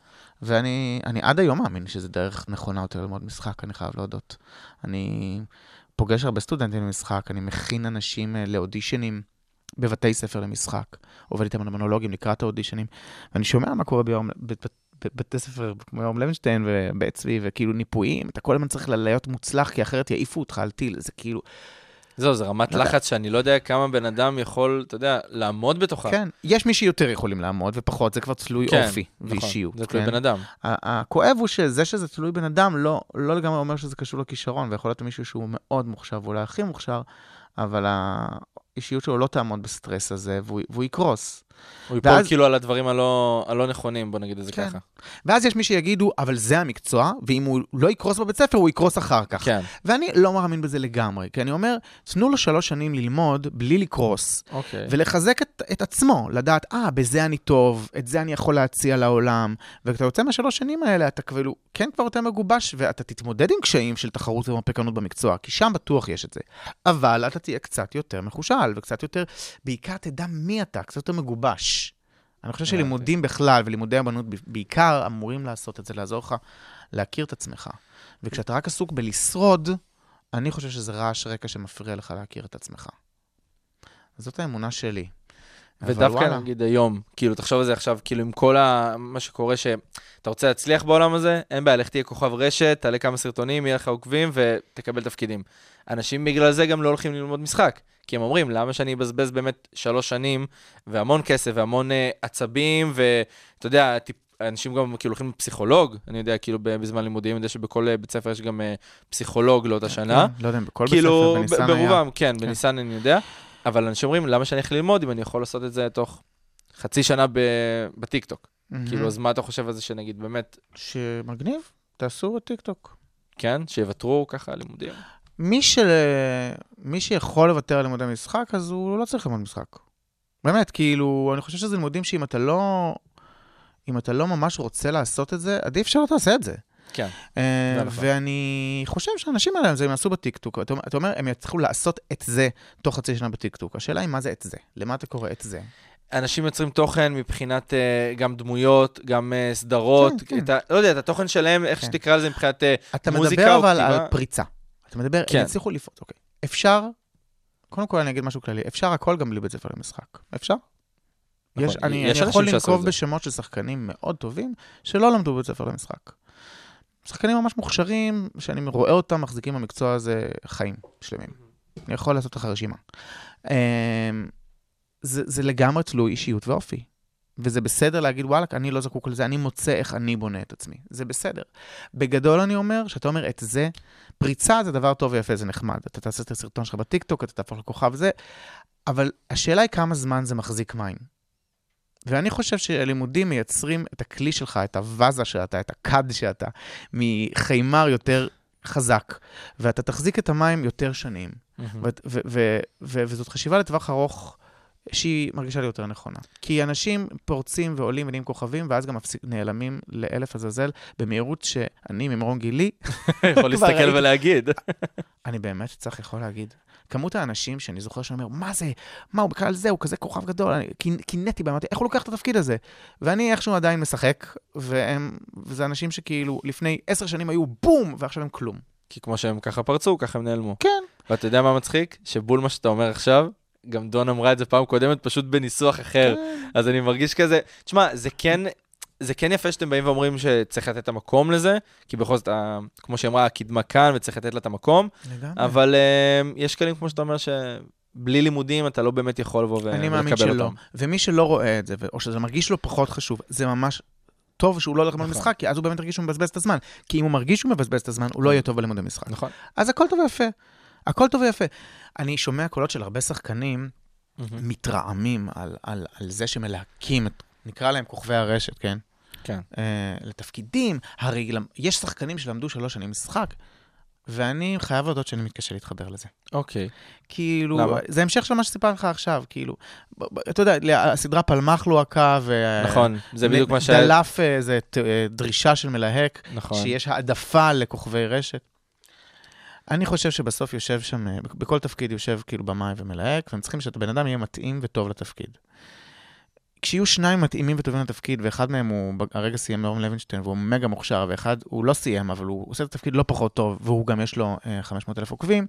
ואני עד היום מאמין שזה דרך נכונה יותר ללמוד משחק, אני חייב להודות. אני פוגש הרבה סטודנטים למשחק, אני מכין אנשים לאודישנים בבתי ספר למשחק, עובד איתם על מונולוגים לקראת האודישנים, ואני שומע מה קורה בבתי ספר כמו יורם לוינשטיין ובית צבי, וכאילו ניפויים, אתה כל הזמן צריך להיות מוצלח, כי אחרת יעיפו אותך על טיל, זה כאילו... זהו, זה רמת לחץ שאני לא יודע כמה בן אדם יכול, אתה יודע, לעמוד בתוכה. כן, יש מי שיותר יכולים לעמוד, ופחות, זה כבר תלוי אופי ואישיות. זה תלוי בן אדם. הכואב הוא שזה תלוי בן אדם, לא לגמרי אומר שזה קשור לכישרון, ויכול להיות מישהו שהוא מאוד מוכשר, ואולי הכי מוכשר, אבל האישיות שלו לא תעמוד בסטרס הזה, והוא יקרוס. הוא ייפול כאילו על הדברים הלא נכונים, בוא נגיד את זה ככה. ואז יש מי שיגידו, אבל זה המקצוע, ואם הוא לא יקרוס בבית ספר, הוא יקרוס אחר כך. כן. ואני לא מאמין בזה לגמרי, כי אני אומר, תנו לו 3 שנים ללמוד בלי לקרוס, ולחזק את עצמו, לדעת, בזה אני טוב, את זה אני יכול להציע לעולם, וכשאתה יוצא מה3 שנים האלה, אתה כבר יותר מגובש, ואתה תתמודד עם קשיים של תחרות ומרפקנות במקצוע, כי שם בטוח יש את זה. אבל אתה תהיה קצת יותר מחושל, וקצת יותר, בעיקר תדע מי אתה, קצת יותר מגובש. אני חושב שלימודים בכלל ולימודי הבנות בעיקר אמורים לעשות את זה, לעזור לך להכיר את עצמך. וכשאתה רק עסוק בלשרוד, אני חושב שזה רעש רקע שמפריע לך להכיר את עצמך. זאת האמונה שלי. ודווקא נגיד היום, כאילו תחשוב על זה עכשיו, כאילו עם כל מה שקורה שאתה רוצה להצליח בעולם הזה, אין בעיה, לך תהיה כוכב רשת, תעלה כמה סרטונים, יהיה לך עוקבים ותקבל תפקידים. אנשים בגלל זה גם לא הולכים ללמוד משחק. כי הם אומרים, למה שאני אבזבז באמת 3 שנים, והמון כסף, והמון עצבים, ואתה יודע, אנשים גם כאילו הולכים לפסיכולוג, אני יודע, כאילו בזמן לימודים, אני יודע שבכל בית ספר יש גם פסיכולוג לאותה שנה. לא יודע, בכל בית ספר בניסן היה. ברובם, כן, בניסן אני יודע, אבל אנשים אומרים, למה שאני הולך ללמוד, אם אני יכול לעשות את זה תוך חצי שנה בטיקטוק? כאילו, אז מה אתה חושב על זה שנגיד, באמת... שמגניב, תעשו בטיקטוק. כן, שיוותרו ככה לימודים. מי שיכול לוותר על לימודי משחק, אז הוא לא צריך ללמוד משחק. באמת, כאילו, אני חושב שזה לימודים שאם אתה לא ממש רוצה לעשות את זה, עדיף שלא תעשה את זה. כן. ואני חושב שהאנשים האלה, הם יעשו בטיקטוק. אתה אומר, הם יצטרכו לעשות את זה תוך חצי שנה בטיקטוק. השאלה היא מה זה את זה? למה אתה קורא את זה? אנשים יוצרים תוכן מבחינת גם דמויות, גם סדרות. לא יודע, את התוכן שלהם, איך שתקרא לזה מבחינת מוזיקה או כתיבה. אתה מדבר אבל על פריצה. אתה מדבר, הם יצליחו לפרוץ, אוקיי. אפשר, קודם כל אני אגיד משהו כללי, אפשר הכל גם בלי בית ספר למשחק. אפשר? אני יכול לנקוב בשמות של שחקנים מאוד טובים, שלא למדו בבית ספר למשחק. שחקנים ממש מוכשרים, שאני רואה אותם, מחזיקים במקצוע הזה חיים שלמים. אני יכול לעשות לך רשימה. זה לגמרי תלוי אישיות ואופי. וזה בסדר להגיד, וואלק, אני לא זקוק לזה, אני מוצא איך אני בונה את עצמי. זה בסדר. בגדול אני אומר, שאתה אומר את זה, פריצה זה דבר טוב ויפה, זה נחמד. אתה תעשה את הסרטון שלך בטיקטוק, אתה תהפוך לכוכב זה, אבל השאלה היא כמה זמן זה מחזיק מים. ואני חושב שהלימודים מייצרים את הכלי שלך, את הווזה שאתה, את הקד שאתה, מחיימר יותר חזק, ואתה תחזיק את המים יותר שנים. וזאת חשיבה לטווח ארוך, שהיא מרגישה לי יותר נכונה. כי אנשים פורצים ועולים ונהיים כוכבים, ואז גם נעלמים לאלף הזזל, במהירות שאני, ממרום גילי, יכול להסתכל ולהגיד. אני באמת צריך יכול להגיד. כמות האנשים שאני זוכר שאני אומר, מה זה? מה הוא בכלל זה? הוא כזה כוכב גדול. קינאתי בהם, איך הוא לוקח את התפקיד הזה? ואני איכשהו עדיין משחק, וזה אנשים שכאילו לפני 10 שנים היו בום, ועכשיו הם כלום. כי כמו שהם ככה פרצו, ככה הם נעלמו. כן. ואתה יודע מה מצחיק? שבול מה שאתה אומר עכשיו, גם דון אמרה את זה פעם קודמת, פשוט בניסוח אחר. אז אני מרגיש כזה, תשמע, זה כן יפה שאתם באים ואומרים שצריך לתת את המקום לזה, כי בכל זאת, כמו שאמרה, הקדמה כאן וצריך לתת לה את המקום, אבל יש כלים כמו שאתה אומר שבלי לימודים אתה לא באמת יכול לבוא ולקבל אותם. אני מאמין שלא. ומי שלא רואה את זה, או שזה מרגיש לו פחות חשוב, זה ממש טוב שהוא לא הולך למשחק, כי אז הוא באמת מרגיש שהוא מבזבז את הזמן. כי אם הוא מרגיש שהוא מבזבז את הזמן, הוא לא יהיה טוב בלימודי משחק. נכון. אז הכל טוב ויפה. הכל טוב ויפה. אני שומע קולות של הרבה שחקנים מתרעמים על זה שמלהקים, נקרא להם כוכבי הרשת, כן? כן. לתפקידים. הרי יש שחקנים שלמדו 3 שנים משחק, ואני חייב להודות שאני מתקשה להתחבר לזה. אוקיי. כאילו, למה? זה המשך של מה שסיפר לך עכשיו, כאילו, אתה יודע, הסדרה פלמח לוהקה, נכון, זה בדיוק מה שהיה. דלף איזו דרישה של מלהק, נכון. שיש העדפה לכוכבי רשת. אני חושב שבסוף יושב שם, בכל תפקיד יושב כאילו במאי ומלהק, והם צריכים שהבן אדם יהיה מתאים וטוב לתפקיד. כשיהיו 2 מתאימים וטובים לתפקיד, ואחד מהם הוא הרגע סיים מרום לוינשטיין, והוא מגה מוכשר, ואחד הוא לא סיים, אבל הוא עושה את התפקיד לא פחות טוב, והוא גם יש לו 500,000 עוקבים,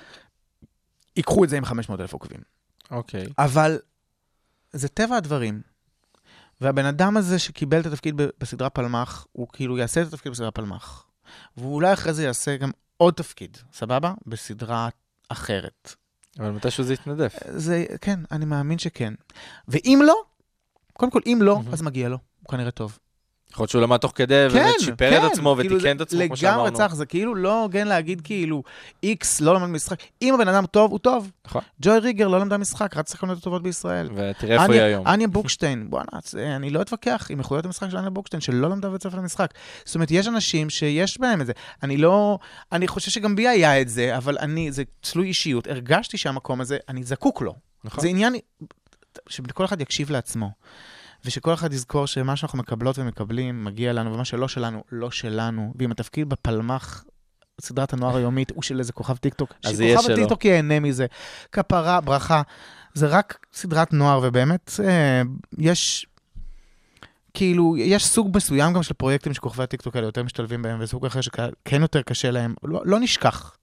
ייקחו את זה עם 500,000 עוקבים. אוקיי. אבל זה טבע הדברים. והבן אדם הזה שקיבל את התפקיד בסדרה פלמח, הוא כאילו יעשה את התפקיד בסדרה פלמח. והוא אולי אחרי זה יעשה גם עוד תפקיד, סבבה? בסדרה אחרת. אבל מתישהו זה יתנדף. כן, אני מאמין שכן. ואם לא, קודם כל, אם לא, אז מגיע לו. הוא כנראה טוב. יכול להיות שהוא למד תוך כדי, ובאמת שיפר את עצמו ותיקן את עצמו, כמו שאמרנו. לגמרי צריך, זה כאילו לא הוגן להגיד כאילו, איקס לא למד משחק. אם הבן אדם טוב, הוא טוב. נכון. ג'וי ריגר לא למדה משחק, רץ שחקנות טובות בישראל. ותראה איפה היא היום. אניה בוקשטיין, בוא'נה, אני לא אתווכח עם איכויות המשחק של אניה בוקשטיין, שלא למדה בית ספר למשחק. זאת אומרת, יש אנשים שיש בהם את זה. אני חושב שגם בי היה את זה, אבל זה תלוי אישיות. הרגשתי שהמקום הזה, אני זקוק לו. זה עניין שכל אחד יקשיב לעצמו. ושכל אחד יזכור שמה שאנחנו מקבלות ומקבלים מגיע לנו, ומה שלא שלנו, לא שלנו. ואם התפקיד בפלמח, סדרת הנוער היומית, הוא של איזה כוכב טיקטוק, שכוכב הטיקטוק ייהנה מזה. כפרה, ברכה, זה רק סדרת נוער, ובאמת יש, כאילו, יש סוג מסוים גם של פרויקטים שכוכבי הטיקטוק האלה יותר משתלבים בהם, וסוג אחר שכן יותר קשה להם, לא נשכח.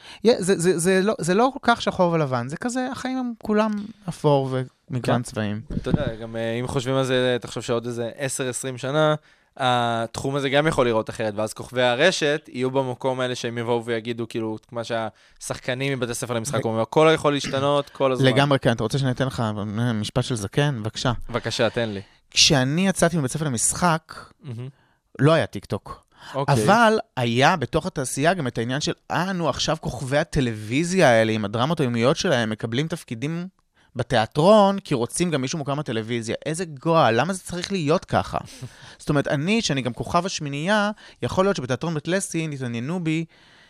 זה לא כל כך שחור ולבן, זה כזה, החיים הם כולם אפור ומגוון צבעים. אתה יודע, גם אם חושבים על זה, תחשוב שעוד איזה 10-20 שנה, התחום הזה גם יכול לראות אחרת, ואז כוכבי הרשת יהיו במקום האלה שהם יבואו ויגידו, כאילו, כמו שהשחקנים מבתי ספר למשחק, הכל יכול להשתנות כל הזמן. לגמרי, כן, אתה רוצה שאני אתן לך משפט של זקן? בבקשה. בבקשה, תן לי. כשאני יצאתי מבית ספר למשחק, לא היה טיקטוק. אבל היה בתוך התעשייה גם את העניין של, עכשיו כוכבי הטלוויזיה האלה, עם הדרמות היומיות שלהם, מקבלים תפקידים בתיאטרון, כי רוצים גם מישהו מוכר מהטלוויזיה. איזה גועל, למה זה צריך להיות ככה? זאת אומרת, שאני גם כוכב השמינייה, יכול להיות שבתיאטרון בית לסין התעניינו בי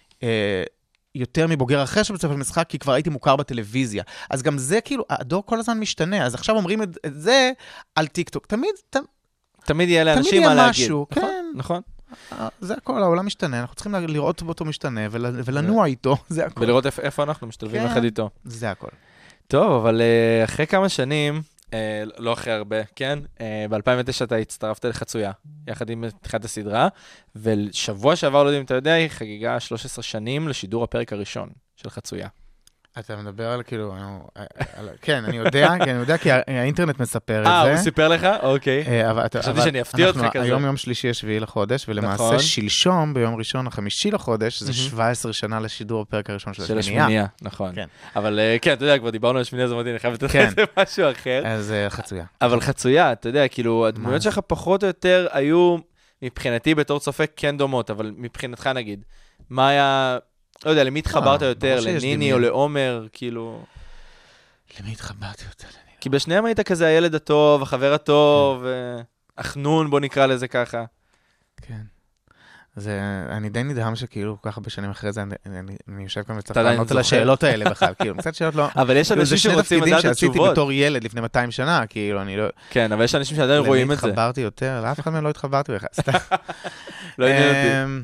יותר מבוגר אחר שבית ספר למשחק, כי כבר הייתי מוכר בטלוויזיה. אז גם זה כאילו, הדור כל הזמן משתנה. אז עכשיו אומרים את זה על טיקטוק. תמיד יהיה לאנשים מה להגיד. משהו, כן. נכון. זה הכל, העולם משתנה, אנחנו צריכים לראות אותו משתנה ולנוע איתו, זה הכל. ולראות איפה אנחנו משתלבים אחד איתו. זה הכל. טוב, אבל אחרי כמה שנים, לא אחרי הרבה, כן? ב-2009 אתה הצטרפת לחצויה, יחד עם תחילת הסדרה, ושבוע שעבר, לא יודעים אם אתה יודע, היא חגיגה 13 שנים לשידור הפרק הראשון של חצויה. אתה מדבר על כאילו, כן, אני יודע, כי האינטרנט מספר את זה. הוא סיפר לך? אוקיי. חשבתי שאני אפתיע אותך כזה. היום יום שלישי 7 לחודש, ולמעשה שלשום, ביום ראשון 5 לחודש, זה 17 שנה לשידור הפרק הראשון של השמינייה. של השמינייה, נכון. אבל כן, אתה יודע, כבר דיברנו על השמינייה, אז אמרתי, אני חייב לתת את זה משהו אחר. אז חצויה. אבל חצויה, אתה יודע, כאילו, הדמויות שלך פחות או יותר היו, מבחינתי בתור צופה, כן דומות, אבל מבחינתך נגיד, מה היה... לא יודע, למי התחברת יותר? לניני או לעומר? כאילו... למי התחברתי יותר? כי בשניהם היית כזה הילד הטוב, החבר הטוב, החנון, בוא נקרא לזה ככה. כן. אני די נדהם שכאילו ככה בשנים אחרי זה, אני יושב כאן וצריך לענות על השאלות האלה בכלל, כאילו, קצת שאלות לא... אבל יש אנשים שרוצים לדעת את התשובות. שעשיתי בתור ילד לפני 200 שנה, כאילו, אני לא... כן, אבל יש אנשים שעדיין רואים את זה. למי התחברתי יותר? לאף אחד מהם לא התחברתי בכלל. לא עניין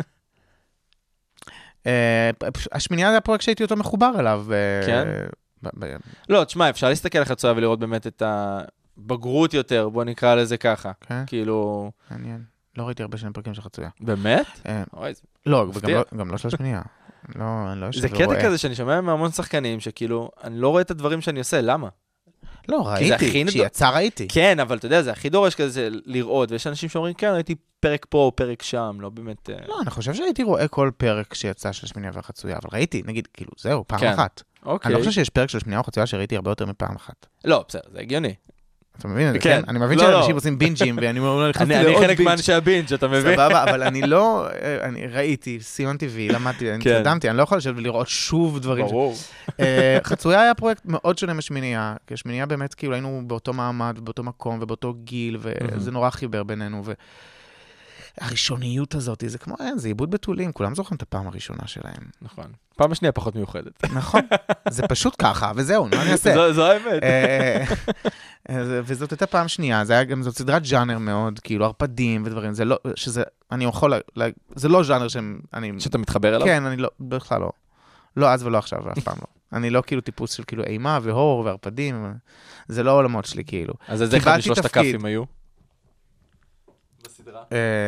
אותי. השמינייה זה הפרויקט שהייתי יותר מחובר אליו. כן? לא, תשמע, אפשר להסתכל לך צועה ולראות באמת את הבגרות יותר, בוא נקרא לזה ככה. כאילו... מעניין. לא ראיתי הרבה שנים פרקים של חצויה. באמת? לא, גם לא של השמינייה. זה קטע כזה שאני שומע מהמון שחקנים שכאילו, אני לא רואה את הדברים שאני עושה, למה? לא, ראיתי, כשיצא ראיתי. כן, אבל אתה יודע, זה הכי דורש כזה לראות, ויש אנשים שאומרים, כן, ראיתי פרק פה או פרק שם, לא באמת... לא, אני חושב שהייתי רואה כל פרק שיצא של השמינייה והחצויה, אבל ראיתי, נגיד, כאילו, זהו, פעם אחת. אני לא חושב שיש פרק של השמינייה והחצויה שראיתי הרבה יותר מפעם אחת. לא, בסדר, זה הגיוני. אתה מבין את זה, כן? אני מבין שאנשים עושים בינג'ים, ואני אומר, נכנסתי לעוד בינג'. אני חלק מאנשי הבינג', אתה מבין? סבבה, אבל אני לא, אני ראיתי, סיון טבעי, למדתי, אני התקדמתי, אני לא יכול לשבת ולראות שוב דברים. ברור. חצויה היה פרויקט מאוד שונה משמינייה, כי השמינייה באמת, כאילו, היינו באותו מעמד, באותו מקום, ובאותו גיל, וזה נורא חיבר בינינו, הראשוניות הזאת, זה כמו, זה עיבוד בתולים, כולם זוכרים את הפעם הראשונה שלהם. נכון. פעם השנייה פחות מיוחדת. נכון. זה פשוט ככה, וזהו, מה אני אעשה? זו האמת. וזאת הייתה פעם שנייה, זה היה גם, זאת סדרת ז'אנר מאוד, כאילו, הרפדים ודברים, זה לא, שזה, אני יכול, זה לא ז'אנר שאתה מתחבר אליו? כן, אני לא, בכלל לא. לא אז ולא עכשיו, אף פעם לא. אני לא כאילו טיפוס של כאילו אימה והור והרפדים, זה לא עולמות שלי, כאילו. אז איזה אחד משלושת הכפים היו? בסדרה?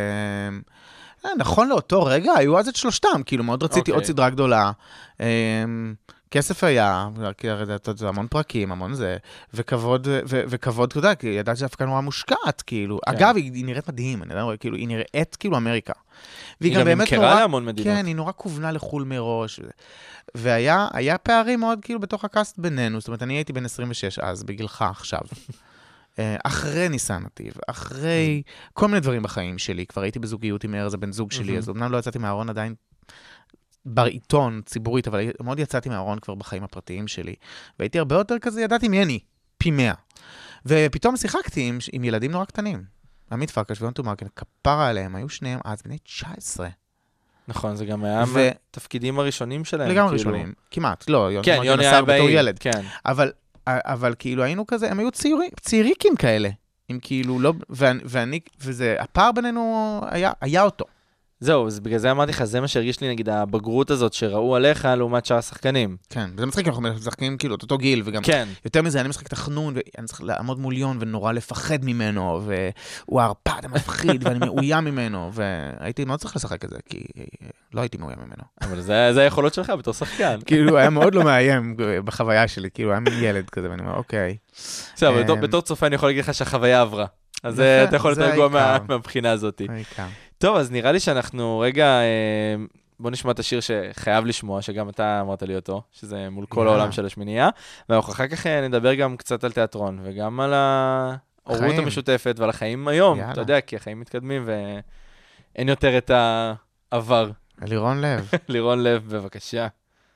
נכון לאותו רגע, היו אז את שלושתם, כאילו מאוד רציתי עוד סדרה גדולה, כסף היה, זה המון פרקים, המון זה, וכבוד, אתה יודע, כי ידעתי שהפקה נורא מושקעת, כאילו, אגב, היא נראית מדהים, אני יודע, כאילו, היא נראית כאילו אמריקה. היא גם נמכרה להמון מדינות. כן, היא נורא כוונה לחול מראש, והיה פערים מאוד כאילו בתוך הקאסט בינינו, זאת אומרת, אני הייתי בן 26 אז, בגילך עכשיו. אחרי ניסן נתיב, אחרי כל מיני דברים בחיים שלי, כבר הייתי בזוגיות עם ארז, הבן זוג שלי, אז אמנם לא יצאתי מהארון עדיין בעיתון, ציבורית, אבל מאוד יצאתי מהארון כבר בחיים הפרטיים שלי, והייתי הרבה יותר כזה, ידעתי מי אני, פי 100. ופתאום שיחקתי עם ילדים נורא קטנים. עמית פרקש ויון תומרקן, כפרה עליהם, היו שניהם אז בני 19. נכון, זה גם היה תפקידים הראשונים שלהם. לגמרי ראשונים, כמעט, לא, יוני היה בתור ילד. אבל כאילו היינו כזה, הם היו צעיריקים כאלה, עם כאילו לא, ואני, וזה, הפער בינינו היה אותו. זהו, בגלל זה אמרתי לך, זה מה שהרגיש לי, נגיד, הבגרות הזאת שראו עליך לעומת שאר השחקנים. כן, וזה מצחיק, אנחנו משחקים כאילו את אותו גיל, וגם יותר מזה, אני משחק תחנון, ואני צריך לעמוד מול יון, ונורא לפחד ממנו, והוא הרפד המפחיד, ואני מאוים ממנו, והייתי מאוד צריך לשחק את זה, כי לא הייתי מאוים ממנו. אבל זה היכולות שלך בתור שחקן. כאילו, היה מאוד לא מאיים בחוויה שלי, כאילו, היה מין ילד כזה, ואני אומר, אוקיי. בסדר, בתור צופה אני יכול להגיד לך שהחוויה עברה. אז אתה יכול לתרגוע מהבחינה הזאת. טוב, אז נראה לי שאנחנו רגע, בוא נשמע את השיר שחייב לשמוע, שגם אתה אמרת לי אותו, שזה מול כל העולם של השמינייה, ואנחנו אחר כך נדבר גם קצת על תיאטרון, וגם על ההורות המשותפת ועל החיים היום, אתה יודע, כי החיים מתקדמים ואין יותר את העבר. לירון לב. לירון לב, בבקשה.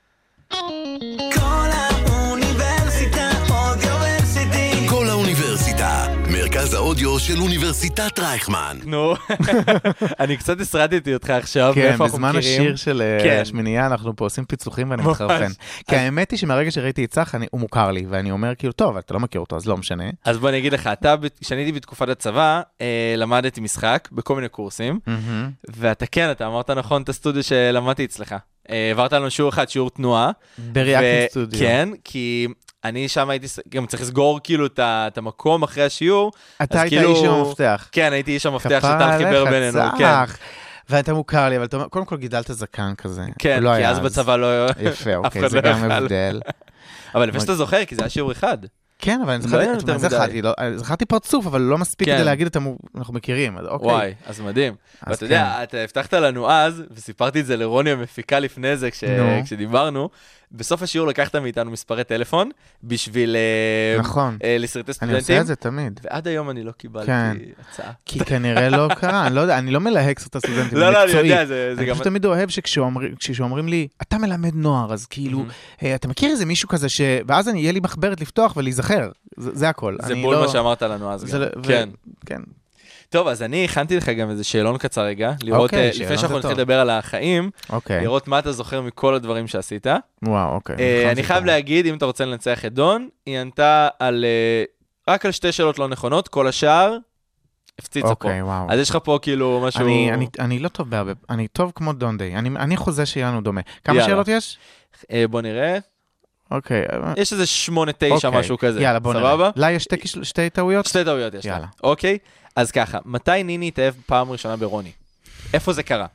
כל האוניברסיטה, מרכז האודיו של אוניברסיטת רייכמן. נו, אני קצת הסרדתי אותך עכשיו, כן, בזמן השיר של השמינייה אנחנו פה עושים פיצוחים ואני מתחרפן. כי האמת היא שמהרגע שראיתי את צח, הוא מוכר לי, ואני אומר כאילו, טוב, אתה לא מכיר אותו, אז לא משנה. אז בוא אני אגיד לך, כשאני הייתי בתקופת הצבא, למדתי משחק בכל מיני קורסים, ואתה כן, אתה אמרת נכון את הסטודיו שלמדתי אצלך. העברת לנו שיעור אחד, שיעור תנועה. בריאקטינג סטודיו. כן, כי אני שם הייתי גם צריך לסגור כאילו את המקום אחרי השיעור. אתה היית איש המפתח. כן, הייתי איש המפתח שטל חיבר בינינו. ואתה מוכר לי, אבל אתה אומר, קודם כל גידלת זקן כזה. כן, לא כי היה אז בצבא לא... יפה, אף אוקיי, אחד זה לא גם יכל. הבדל. אבל לפני שאתה זוכר, כי זה היה שיעור אחד. כן, אבל אני לא היה יותר זכרתי פרצוף, אבל לא מספיק כן. כדי להגיד אנחנו מכירים, אז אוקיי. וואי, אז מדהים. אז ואתה יודע, אתה הבטחת לנו אז, וסיפרתי את זה לרוני המפיקה לפני זה, נו. כשדיברנו, בסוף השיעור לקחת מאיתנו מספרי טלפון, בשביל נכון. לסרטי אני עושה סטודנטים, את זה תמיד. ועד היום אני לא קיבלתי כן. הצעה. כי כנראה לא קרה, אני לא יודע, אני לא מלהק את הסטודנטים, לא, זה אני מקצועי. יודע, זה אני גם... פשוט תמיד אוהב שכשאומרים לי, אתה מלמד נוער, אז כאילו, אתה מכיר איזה מישהו כזה ואז יהיה לי מחברת לפתוח ולהיזכר, זה הכל. זה בול מה שאמרת לנו אז גם. כן. כן. טוב, אז אני הכנתי לך גם איזה שאלון קצר רגע, לראות, אוקיי, לפני שאלון שאנחנו זה נתחיל טוב. לדבר על החיים, אוקיי. לראות מה אתה זוכר מכל הדברים שעשית. וואו, אוקיי. אני חייב להגיד, אם אתה רוצה לנצח את דון, היא ענתה רק על 2 שאלות לא נכונות, כל השאר הפציצה פה. אוקיי, וואו. אז יש לך פה כאילו משהו... אני לא טוב בהרבה, אני טוב כמו דונדי, אני חוזה שיהיה לנו דומה. כמה יאללה. שאלות יש? בוא נראה. אוקיי. יש איזה 8-9 אוקיי. משהו כזה. יאללה, בוא נראה. סבבה? לה יש 2 טעויות? 2 טעויות יש לה. יאללה. אוקיי? אז ככה, מתי ניני התאהב פעם ראשונה ברוני? איפה זה קרה?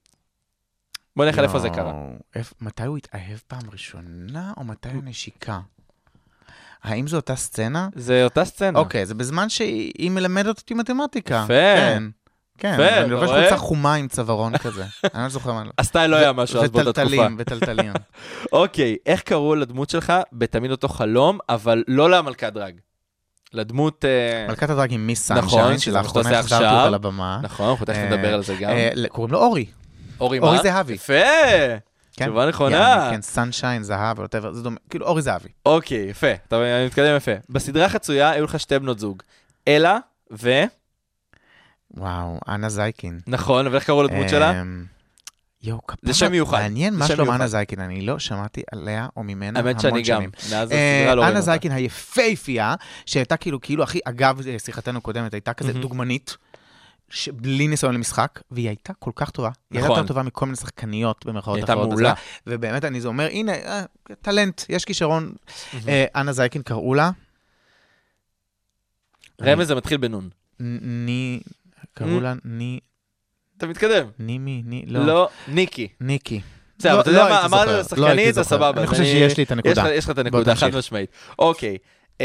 בוא נלך על איפה זה קרה. מתי הוא התאהב פעם ראשונה, או מתי הנשיקה? האם זו אותה סצנה? זה אותה סצנה. אוקיי, זה בזמן שהיא מלמדת אותי מתמטיקה. יפה. כן. כן, יפה, אני לובש אתה רואה? חולצה חומה עם צווארון כזה. אני לא זוכר מה... הסטייל לא היה משהו אז באותה תקופה. וטלטלים. אוקיי, איך קראו לדמות שלך בתמיד אותו חלום, אבל לא למלכת דרג? לדמות... מלכת הדרג עם מיס נכון, סנשיין, שזה מה שאתה שלאחרונה עושה החזרתי עכשיו. אותה לבמה. נכון, אנחנו תכף נדבר על זה גם. קוראים לו אורי. אורי מה? אורי זהבי. יפה! כן? תשובה נכונה. יעני, כן, סנשיין, זהב, whatever, זה דומה, כאילו אורי זהבי. אוקיי, יפה. אני מתקדם יפה. בסדרה חצויה היו לך 2 בנות זוג. אלה ו... וואו, אנה זייקין. נכון, ואיך קראו לדמות שלה? יו, כפרה. זה שם מיוחד. מעניין זה מה שם שלום מיוחד. אנה זייקין, אני לא שמעתי עליה או ממנה המון האמת שנים. שאני גם. מאז הסדרה לא ראינו אנה אותה. זייקין היפהפייה, שהייתה כאילו, הכי, אגב, שיחתנו קודמת, הייתה כזה דוגמנית, בלי ניסיון למשחק, והיא הייתה כל כך טובה. היא הייתה נכון. יותר טובה מכל מיני שחקניות במרכאות הייתה אחרות. מעולה. ובאמת אני זה אומר, הנה, טלנט, יש כישרון. אנה זייקין קראו לה. רמז זה מתחיל בנון. קראו לה אתה מתקדם. לא. לא, ניקי. ניקי. בסדר, אתה יודע מה, אמרנו לא לשחקנית, הייתי זה זוכר. סבבה. אני חושב שיש לי את הנקודה. יש לך את בוא הנקודה, חד תמשיך. משמעית. אוקיי.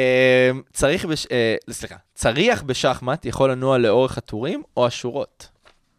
צריח בשחמט יכול לנוע לאורך הטורים או השורות?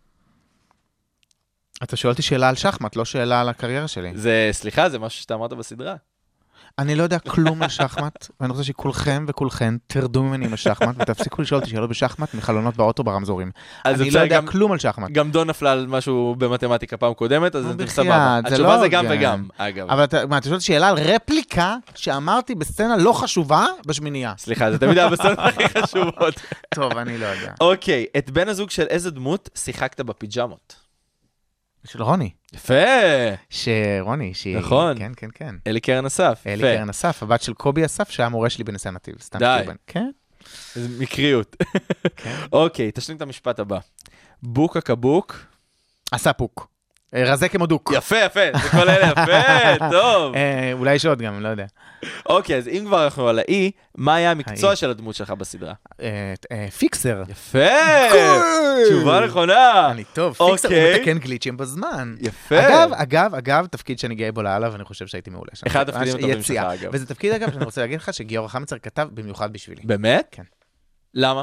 אתה שואל אותי שאלה על שחמט, לא שאלה על הקריירה שלי. סליחה, זה משהו שאתה אמרת בסדרה. אני לא יודע כלום על שחמט, ואני רוצה שכולכם וכולכן תרדו ממני עם השחמט, ותפסיקו לשאול אותי שאלות בשחמט מחלונות באוטו ברמזורים. אני לא יודע כלום על שחמט. גם דון נפלה על משהו במתמטיקה פעם קודמת, אז אתם בחייאת, סבבה. זה התשובה לא זה גם הוגן. וגם, אגב. אבל אתה שואל אותי שאלה על רפליקה שאמרתי בסצנה לא חשובה בשמינייה. סליחה, זה תמיד היה בסצנות הכי חשובות. טוב, אני לא יודע. אוקיי, את בן הזוג של איזה דמות שיחקת בפיג'מות? של רוני. יפה! רוני, שהיא... נכון. כן, כן, כן. אלי קרן אסף. אלי יפה. קרן אסף, הבת של קובי אסף, שהיה מורה שלי בנשיא הנתיב. סתם די. כאילו, כן? איזה מקריות. כן. אוקיי, תשלים את המשפט הבא. בוקה כבוק. עשה פוק. רזה כמו דוק. יפה, יפה, זה כל אלה, יפה, טוב. אולי יש עוד גם, אני לא יודע. אוקיי, אז אם כבר אנחנו על האי, מה היה המקצוע האי. של הדמות שלך בסדרה? פיקסר. יפה! תשובה נכונה! אני טוב, פיקסר הוא אוקיי. מתקן גליצ'ים בזמן. יפה. אגב, תפקיד שאני גאה בו לאללה, ואני חושב שהייתי מעולה. אחד התפקידים ממש הטובים שלך, יציאה. אגב. וזה תפקיד, אגב, שאני רוצה להגיד לך שגיורא חמיצר כתב במיוחד בשבילי. באמת? כן. למה?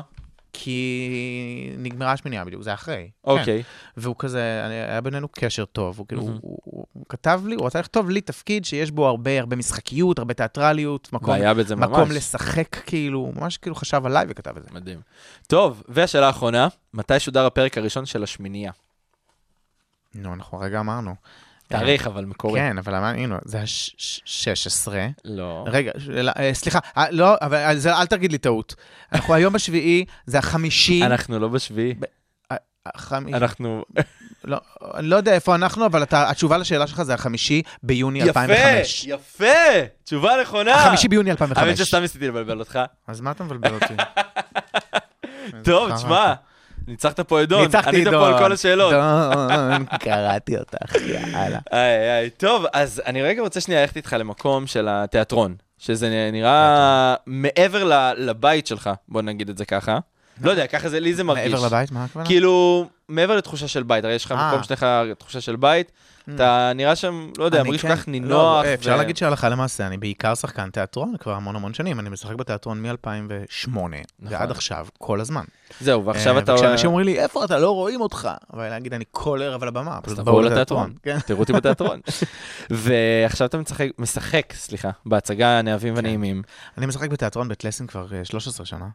כי נגמרה השמינייה בדיוק, זה אחרי. אוקיי. והוא כזה, היה בינינו קשר טוב, הוא כתב לי, הוא רצה לכתוב לי תפקיד שיש בו הרבה משחקיות, הרבה תיאטרליות, והיה בזה ממש. מקום לשחק כאילו, ממש כאילו חשב עליי וכתב את זה. מדהים. טוב, והשאלה האחרונה, מתי שודר הפרק הראשון של השמינייה? נו, אנחנו רגע אמרנו. תאריך, אבל מקורי. כן, אבל אמרנו, זה ה-16. לא. רגע, סליחה, לא, אבל אל תגיד לי טעות. אנחנו היום בשביעי, זה החמישי. אנחנו לא בשביעי. אנחנו... לא, אני לא יודע איפה אנחנו, אבל התשובה לשאלה שלך זה החמישי ביוני 2005. יפה! תשובה נכונה! החמישי ביוני 2005. האמת שסתם ניסיתי לבלבל אותך. אז מה אתה מבלבל אותי? טוב, תשמע, ניצחת פה את דון. ניצחתי ענית פה על כל השאלות. דון, קראתי אותך, יאללה. טוב, אז אני רגע רוצה שנייה ללכת איתך למקום של התיאטרון, שזה נראה מעבר לבית שלך, בוא נגיד את זה ככה. לא יודע, ככה לי זה מרגיש. מעבר לבית, מה הכוונה? כאילו, מעבר לתחושה של בית, הרי יש לך מקום שלך תחושה של בית, אתה נראה שם, לא יודע, מרגיש כך נינוח. אפשר להגיד שהלכה למעשה, אני בעיקר שחקן תיאטרון כבר המון שנים, אני משחק בתיאטרון מ-2008, ועד עכשיו, כל הזמן. זהו, ועכשיו אתה... וכשאנשים אומרים לי, איפה אתה, לא רואים אותך? אבל להגיד, אני כל ערב על הבמה, אז תבואו לתיאטרון, תראו אותי בתיאטרון. ועכשיו אתה משחק, בהצגה נאהבים ונעימים. אני משחק בתיאטרון בטלסין כבר 13 שנה,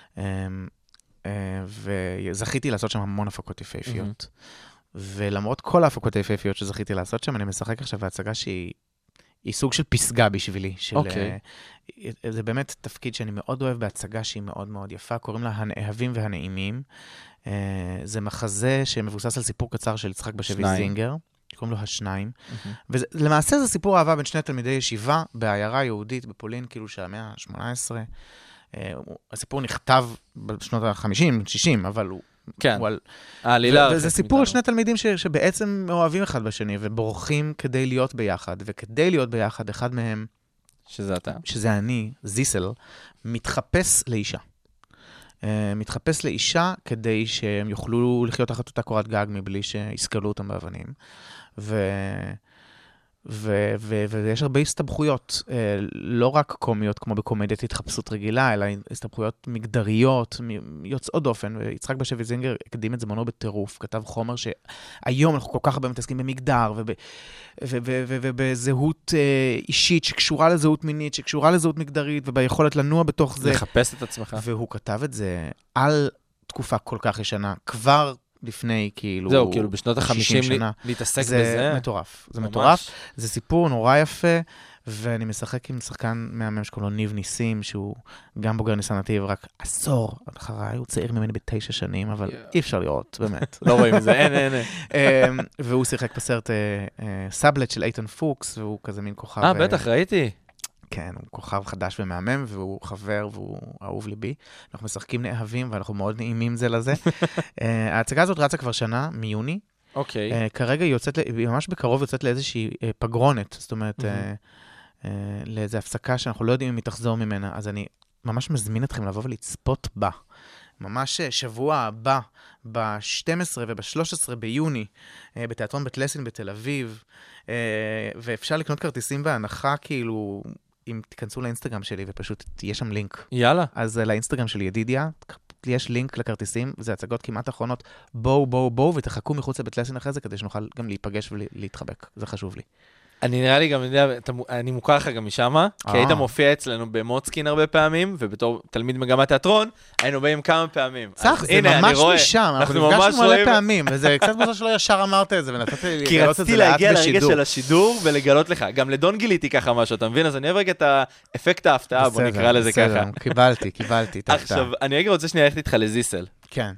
וזכיתי לעשות שם המון הפקות יפהפיות. ולמרות כל ההפקות היפהפיות שזכיתי לעשות שם, אני משחק עכשיו בהצגה שהיא סוג של פסגה בשבילי. זה באמת תפקיד שאני מאוד אוהב בהצגה שהיא מאוד מאוד יפה, קוראים לה הנאהבים והנעימים. זה מחזה שמבוסס על סיפור קצר של יצחק בשבי זינגר, קוראים לו השניים. ולמעשה זה סיפור אהבה בין שני תלמידי ישיבה, בעיירה יהודית בפולין, כאילו של המאה ה-18. הסיפור נכתב בשנות ה-50, 60, אבל הוא... כן, העלילה... וזה סיפור על שני תלמידים שבעצם אוהבים אחד בשני, ובורחים כדי להיות ביחד, וכדי להיות ביחד, אחד מהם, שזה אתה. שזה אני, זיסל, מתחפש לאישה. מתחפש לאישה כדי שהם יוכלו לחיות תחת אותה קורת גג מבלי שיסקלו אותם באבנים. ויש הרבה הסתבכויות, לא רק קומיות כמו בקומדיית התחפשות רגילה, אלא הסתבכויות מגדריות, יוצאות דופן, ויצחק בשבי זינגר הקדים את זמנו בטירוף, כתב חומר שהיום אנחנו כל כך הרבה מתעסקים במגדר, ובזהות אישית שקשורה לזהות מינית, שקשורה לזהות מגדרית, וביכולת לנוע בתוך זה. לחפש את עצמך. והוא כתב את זה על תקופה כל כך ישנה, כבר לפני כאילו... זהו, כאילו בשנות ה-50 להתעסק בזה. זה מטורף. זה מטורף. זה סיפור נורא יפה, ואני משחק עם שחקן מהמם שקוראים לו ניב ניסים, שהוא גם בוגר ניסן נתיב, רק עשור אחריי, הוא צעיר ממני ב9 שנים, אבל אי אפשר לראות, באמת. לא רואים את זה, אין. והוא שיחק בסרט סאבלט של איתן פוקס, והוא כזה מין כוכב... בטח, ראיתי. כן, הוא כוכב חדש ומהמם, והוא חבר, והוא אהוב ליבי. אנחנו משחקים נאהבים, ואנחנו מאוד נעימים זה לזה. ההצגה הזאת רצה כבר שנה, מיוני. אוקיי. כרגע היא יוצאת, ממש בקרוב יוצאת לאיזושהי פגרונת, זאת אומרת, לאיזו הפסקה שאנחנו לא יודעים אם היא תחזור ממנה, אז אני ממש מזמין אתכם לבוא ולצפות בה. ממש שבוע הבא, ב-12 וב-13 ביוני, בתיאטרון בטלסין בתל אביב, ואפשר לקנות כרטיסים בהנחה, כאילו... אם תיכנסו לאינסטגרם שלי ופשוט תהיה שם לינק. יאללה. אז לאינסטגרם שלי ידידיה, יש לינק לכרטיסים, וזה הצגות כמעט אחרונות. בואו, ותחכו מחוץ לבית לסין אחרי זה, כדי שנוכל גם להיפגש ולהתחבק. זה חשוב לי. אני נראה לי גם, אני מוכר לך גם משם, כי היית מופיע אצלנו במוצקין הרבה פעמים, ובתור תלמיד מגמת תיאטרון, היינו באים כמה פעמים. צח, זה ממש משם, אנחנו נפגשנו מלא פעמים, וזה קצת מוזר שלא ישר אמרת את זה, ונתתי לי לגלות את זה לאט בשידור. כי רציתי להגיע לרגע של השידור, ולגלות לך. גם לדון גיליתי ככה משהו, אתה מבין? אז אני אוהב את האפקט ההפתעה, בוא נקרא לזה ככה. קיבלתי. עכשיו, אני רגע רוצה שנייה ללכת איתך לזיסל. כן.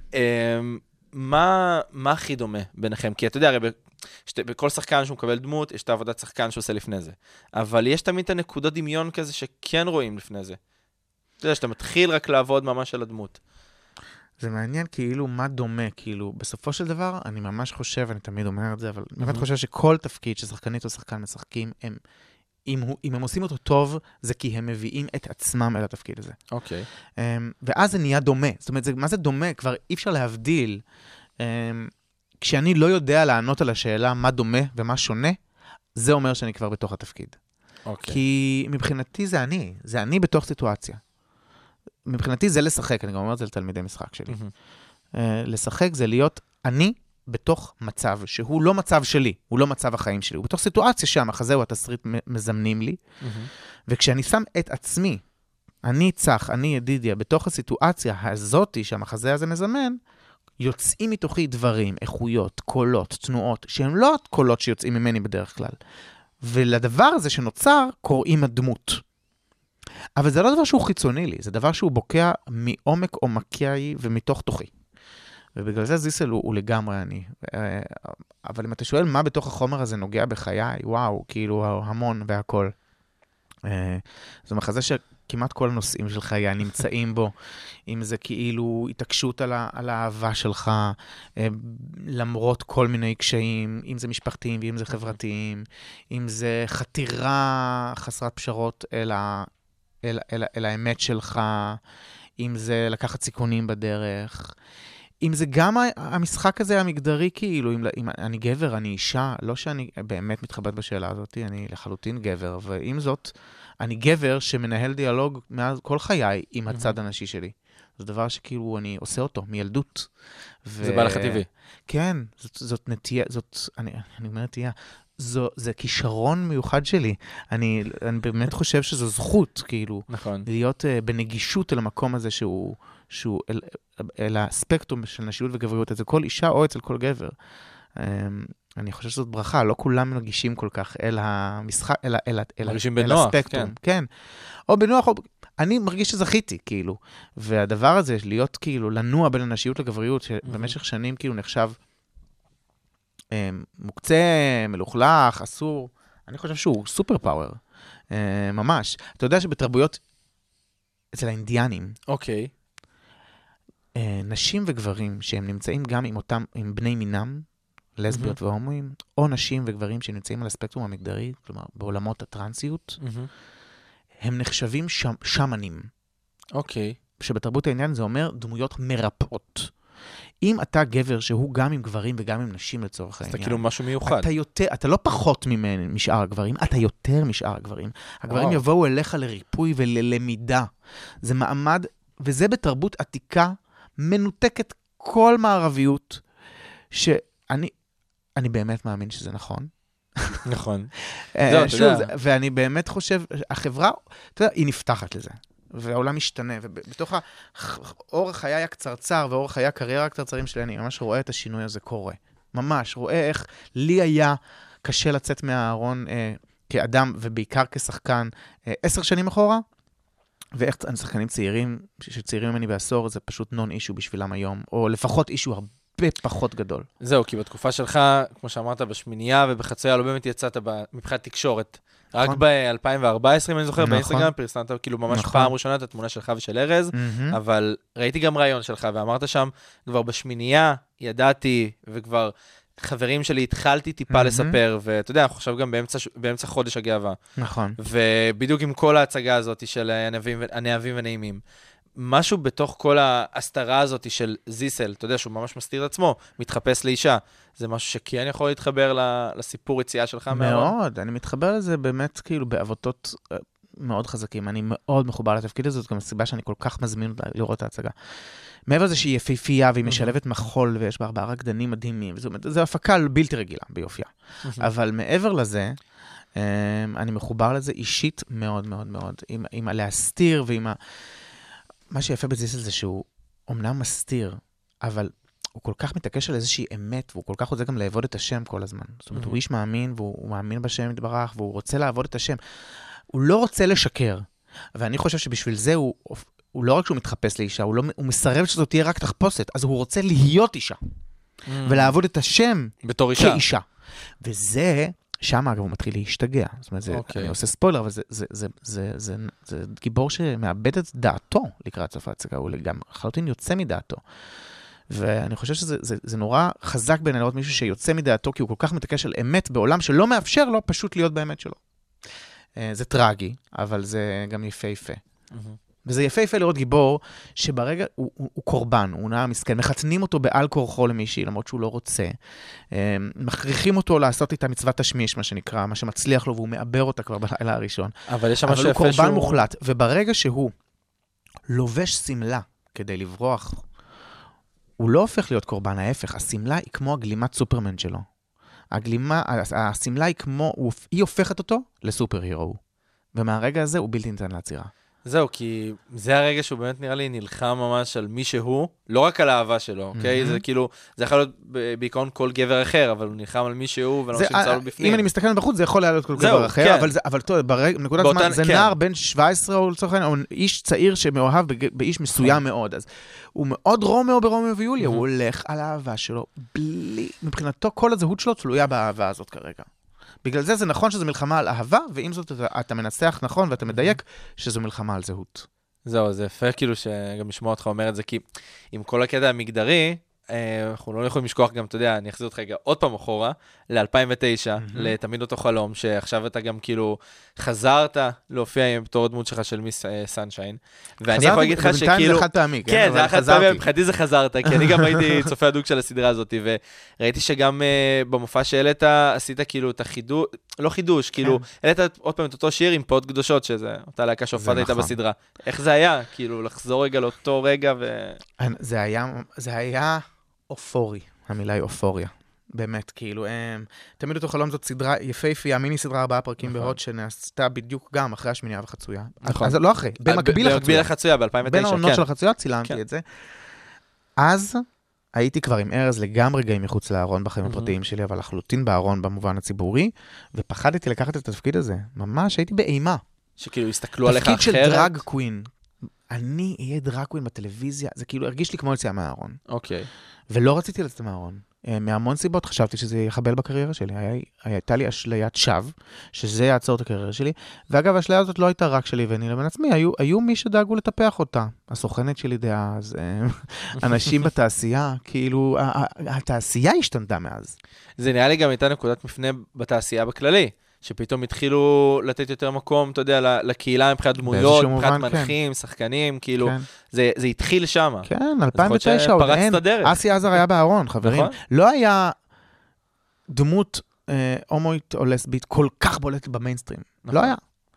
מה הכי דומה ביניכם? כי אתה יודע, הרי בכל שחקן שהוא מקבל דמות, יש את העבודת שחקן שעושה לפני זה. אבל יש תמיד את הנקודות דמיון כזה שכן רואים לפני זה. אתה יודע, שאתה מתחיל רק לעבוד ממש על הדמות. זה מעניין כאילו מה דומה, כאילו בסופו של דבר, אני ממש חושב, אני תמיד אומר את זה, אבל באמת חושב שכל תפקיד ששחקנית או שחקן משחקים, אם הם עושים אותו טוב, זה כי הם מביאים את עצמם אל התפקיד הזה. אוקיי. ואז זה נהיה דומה. זאת אומרת, מה זה דומה? כבר אי אפשר להבדיל. כשאני לא יודע לענות על השאלה מה דומה ומה שונה, זה אומר שאני כבר בתוך התפקיד. אוקיי. כי מבחינתי זה אני בתוך סיטואציה. מבחינתי זה לשחק, אני גם אומר את זה לתלמידי משחק שלי. לשחק זה להיות אני בתוך מצב שהוא לא מצב שלי, הוא לא מצב החיים שלי, הוא בתוך סיטואציה שהמחזה או התסריט מזמנים לי, וכשאני שם את עצמי, אני צח, אני ידידיה, בתוך הסיטואציה הזאת שהמחזה הזה מזמן, יוצאים מתוכי דברים, איכויות, קולות, תנועות, שהם לא קולות שיוצאים ממני בדרך כלל. ולדבר הזה שנוצר, קוראים הדמות. אבל זה לא דבר שהוא חיצוני לי, זה דבר שהוא בוקע מעומק עומקי ומתוך תוכי. ובגלל זה זיסל הוא לגמרי אני. אבל אם אתה שואל מה בתוך החומר הזה נוגע בחיי, וואו, כאילו המון והכל. זו מחזה שכמעט כל הנושאים של חיי נמצאים בו, אם זה כאילו התעקשות על האהבה שלך, למרות כל מיני קשיים, אם זה משפחתיים ואם זה חברתיים, אם זה חתירה חסרת פשרות אל האמת שלך, אם זה לקחת סיכונים בדרך, אם זה גם המשחק הזה המגדרי, כאילו, אם אני גבר, אני אישה, לא שאני באמת מתחבט בשאלה הזאת, אני לחלוטין גבר, ועם זאת, אני גבר שמנהל דיאלוג מאז כל חיי עם הצד הנשי שלי. זה דבר שכאילו אני עושה אותו מילדות. זה בא לך טבעי. כן, זאת נטייה, אני אומר נטייה, זה כישרון מיוחד שלי. אני באמת חושב שזו זכות, כאילו, נכון. להיות בנגישות אל המקום הזה שהוא אל הספקטרום של נשיות וגבריות, אצל כל אישה או אצל כל גבר. אני חושב שזאת ברכה, לא כולם נגישים כל כך אל המשחק, אל הספקטרום. כן. או בנוח, אני מרגיש שזכיתי, כאילו. והדבר הזה, להיות כאילו, לנוע בין הנשיות לגבריות, שבמשך שנים כאילו נחשב מוקצה, מלוכלך, אסור. אני חושב שהוא סופר פאוור. ממש. אתה יודע שבתרבויות, אצל האינדיאנים, אוקיי. נשים וגברים שהם נמצאים גם עם בני מינם, לסביות והומואים, או נשים וגברים שנמצאים על הספקטרום המגדרי, כלומר, בעולמות הטרנסיות, הם נחשבים שמנים. אוקיי. שבתרבות העניין זה אומר דמויות מרפאות. אם אתה גבר שהוא גם עם גברים וגם עם נשים לצורך העניין. אז אתה כאילו משהו מיוחד. אתה לא פחות משאר הגברים, אתה יותר משאר הגברים. הגברים יבואו אליך לריפוי וללמידה. זה מעמד, וזה בתרבות עתיקה, מנותקת כל מערביות, שאני באמת מאמין שזה נכון. נכון. שוב, ואני באמת חושב, החברה, אתה יודע, היא נפתחת לזה. והעולם משתנה, ובתוך אורך חיי הקצרצר ואורך חיי הקריירה הקצרצרים שלי, אני ממש רואה את השינוי הזה קורה. ממש, רואה איך לי היה קשה לצאת מהארון כאדם, ובעיקר כשחקן 10 שנים אחורה, ואיך שחקנים צעירים, שצעירים ממני בעשור, זה פשוט נון אישו בשבילם היום, או לפחות אישו הרבה פחות גדול. זהו, כי בתקופה שלך, כמו שאמרת, בשמינייה ובחצויה, לא באמת יצאת מבחינת תקשורת. רק ב-2014, אם אני זוכר, באינסטגרם, פרסמת כאילו ממש פעם ראשונה את התמונה שלך ושל ארז, אבל ראיתי גם רעיון שלך, ואמרת שם, כבר בשמינייה ידעתי, וכבר חברים שלי התחלתי טיפה לספר, ואתה יודע, אנחנו עכשיו גם באמצע חודש הגאווה. נכון. ובדיוק עם כל ההצגה הזאת של הנאהבים ונעימים. משהו בתוך כל ההסתרה הזאת של זיסל, אתה יודע שהוא ממש מסתיר את עצמו, מתחפש לאישה. זה משהו שכן יכול להתחבר לסיפור יציאה שלך? מאוד, אני מתחבר לזה באמת כאילו בעבותות מאוד חזקים. אני מאוד מחובר לתפקיד הזה, זאת גם הסיבה שאני כל כך מזמין לראות את ההצגה. מעבר לזה שהיא יפהפייה והיא משלבת מחול ויש בה 4 רקדנים מדהימים, זו הפקה בלתי רגילה ביופייה. אבל מעבר לזה, אני מחובר לזה אישית מאוד מאוד מאוד, עם הלהסתיר ועם מה שיפה בזיסל זה שהוא אומנם מסתיר, אבל הוא כל כך מתעקש על איזושהי אמת, והוא כל כך רוצה גם לעבוד את השם כל הזמן. זאת אומרת, הוא איש מאמין, והוא מאמין בשם יתברך, והוא רוצה לעבוד את השם. הוא לא רוצה לשקר. ואני חושב שבשביל זה הוא לא רק שהוא מתחפש לאישה, הוא מסרב שזאת תהיה רק תחפושת, אז הוא רוצה להיות אישה. ולעבוד את השם בתור אישה. כאישה. וזה שם, אגב, הוא מתחיל להשתגע. זאת אומרת, אני עושה ספוילר, אבל זה גיבור שמאבד את דעתו לקראת סוף ההצגה, הוא גם חלוטין יוצא מדעתו. ואני חושב שזה נורא חזק בין לראות מישהו שיוצא מדעתו, כי הוא כל כך מתעקש על אמת בעולם שלא מאפשר לו פשוט להיות באמת שלו. זה טרגי, אבל זה גם יפה. וזה יפה לראות גיבור שברגע הוא קורבן, הוא נהיה מסכן, מחתנים אותו בעל כורחו למישהי, למרות שהוא לא רוצה. מכריחים אותו לעשות איתה מצוות תשמיש, מה שנקרא, מה שמצליח לו, והוא מעבר אותה כבר בלילה הראשון. אבל הוא קורבן מוחלט, וברגע שהוא לובש סמלה כדי לברוח, הוא לא הופך להיות קורבן, ההפך. הסמלה היא כמו הגלימת סופרמן שלו. הסמלה היא כמו, היא הופכת אותו לסופר הירו. ומהרגע הזה הוא בלתי ניתן לעצירה. זהו, כי זה הרגע שהוא באמת נראה לי נלחם ממש על מי שהוא, לא רק על האהבה שלו, אוקיי? זה כאילו, זה יכול להיות בעיקרון כל גבר אחר, אבל הוא נלחם על מי שהוא, ולא שנמצא לו בפנים. אם אני מסתכל בחוץ, זה יכול להיות כל גבר אחר, אבל טוב, בנקודת זמן, זה נער בין 17 או לצורך העניין, או איש צעיר שמאוהב באיש מסוים מאוד, אז הוא מאוד רומאו ברומאו ויוליה, הוא הולך על האהבה שלו, בלי, מבחינתו, כל הזהות שלו תלויה באהבה הזאת כרגע. בגלל זה נכון שזו מלחמה על אהבה, ועם זאת אתה מנסח נכון ואתה מדייק שזו מלחמה על זהות. זהו, זה יפה כאילו שגם לשמוע אותך אומר את זה, כי עם כל הקטע המגדרי, אנחנו לא יכולים לשכוח גם, אתה יודע, אני אחזיר אותך רגע עוד פעם אחורה, ל-2009, לתמיד אותו חלום, שעכשיו אתה גם כאילו חזרת להופיע עם בתור דמות שלך של מיס סנשיין. ואני יכול להגיד לך שכאילו... בינתיים זה חד פעמי, כן, זה היה חד פעמי, מבחינתי זה חזרת, כי אני גם הייתי צופה הדוק של הסדרה הזאת, וראיתי שגם במופע שהעלית, עשית כאילו את החידוש, לא חידוש, כאילו, העלית עוד פעם את אותו שיר עם פעות קדושות, שזה אותה להקה שהופעת הייתה בסדרה. איך זה היה? כאילו, לחזור רגע לאותו רגע זה היה אופורי, המילה היא אופוריה. באמת, כאילו, תמיד אותו חלום זאת סדרה יפהפייה, מיני סדרה 4 פרקים בהוד, שנעשתה בדיוק גם אחרי השמינייה וחצויה. נכון. אז לא אחרי, במקביל לחצויה, ב-2009, כן. בין העונות של החצויה צילמתי את זה. אז הייתי כבר עם ארז לגמרי גאים מחוץ לארון בחיים הפרטיים שלי, אבל לחלוטין בארון במובן הציבורי, ופחדתי לקחת את התפקיד הזה. ממש הייתי באימה. שכאילו הסתכלו עליך אחרת. תפקיד של דרג קווין. אני אהיה דרג קווין בטלוויזיה, זה כאילו הרגיש לי כמו יציאה מהארון. אוקיי. ולא רציתי לצאת מהארון. מהמון סיבות חשבתי שזה יחבל בקריירה שלי. הייתה לי אשליית שווא, שזה יעצור את הקריירה שלי. ואגב, האשליה הזאת לא הייתה רק שלי ואני לבן עצמי, היו מי שדאגו לטפח אותה. הסוכנת שלי דאז, אנשים בתעשייה, כאילו, התעשייה השתנתה מאז. זה נראה לי גם הייתה נקודת מפנה בתעשייה בכללי. שפתאום התחילו לתת יותר מקום, אתה יודע, לקהילה מבחינת דמויות, מבחינת מנחים, שחקנים, כאילו, זה התחיל שם. כן, 2009 עוד אין. אסי עזר היה בארון, חברים. לא היה דמות הומואית או לסבית כל כך בולטת במיינסטרים. לא היה.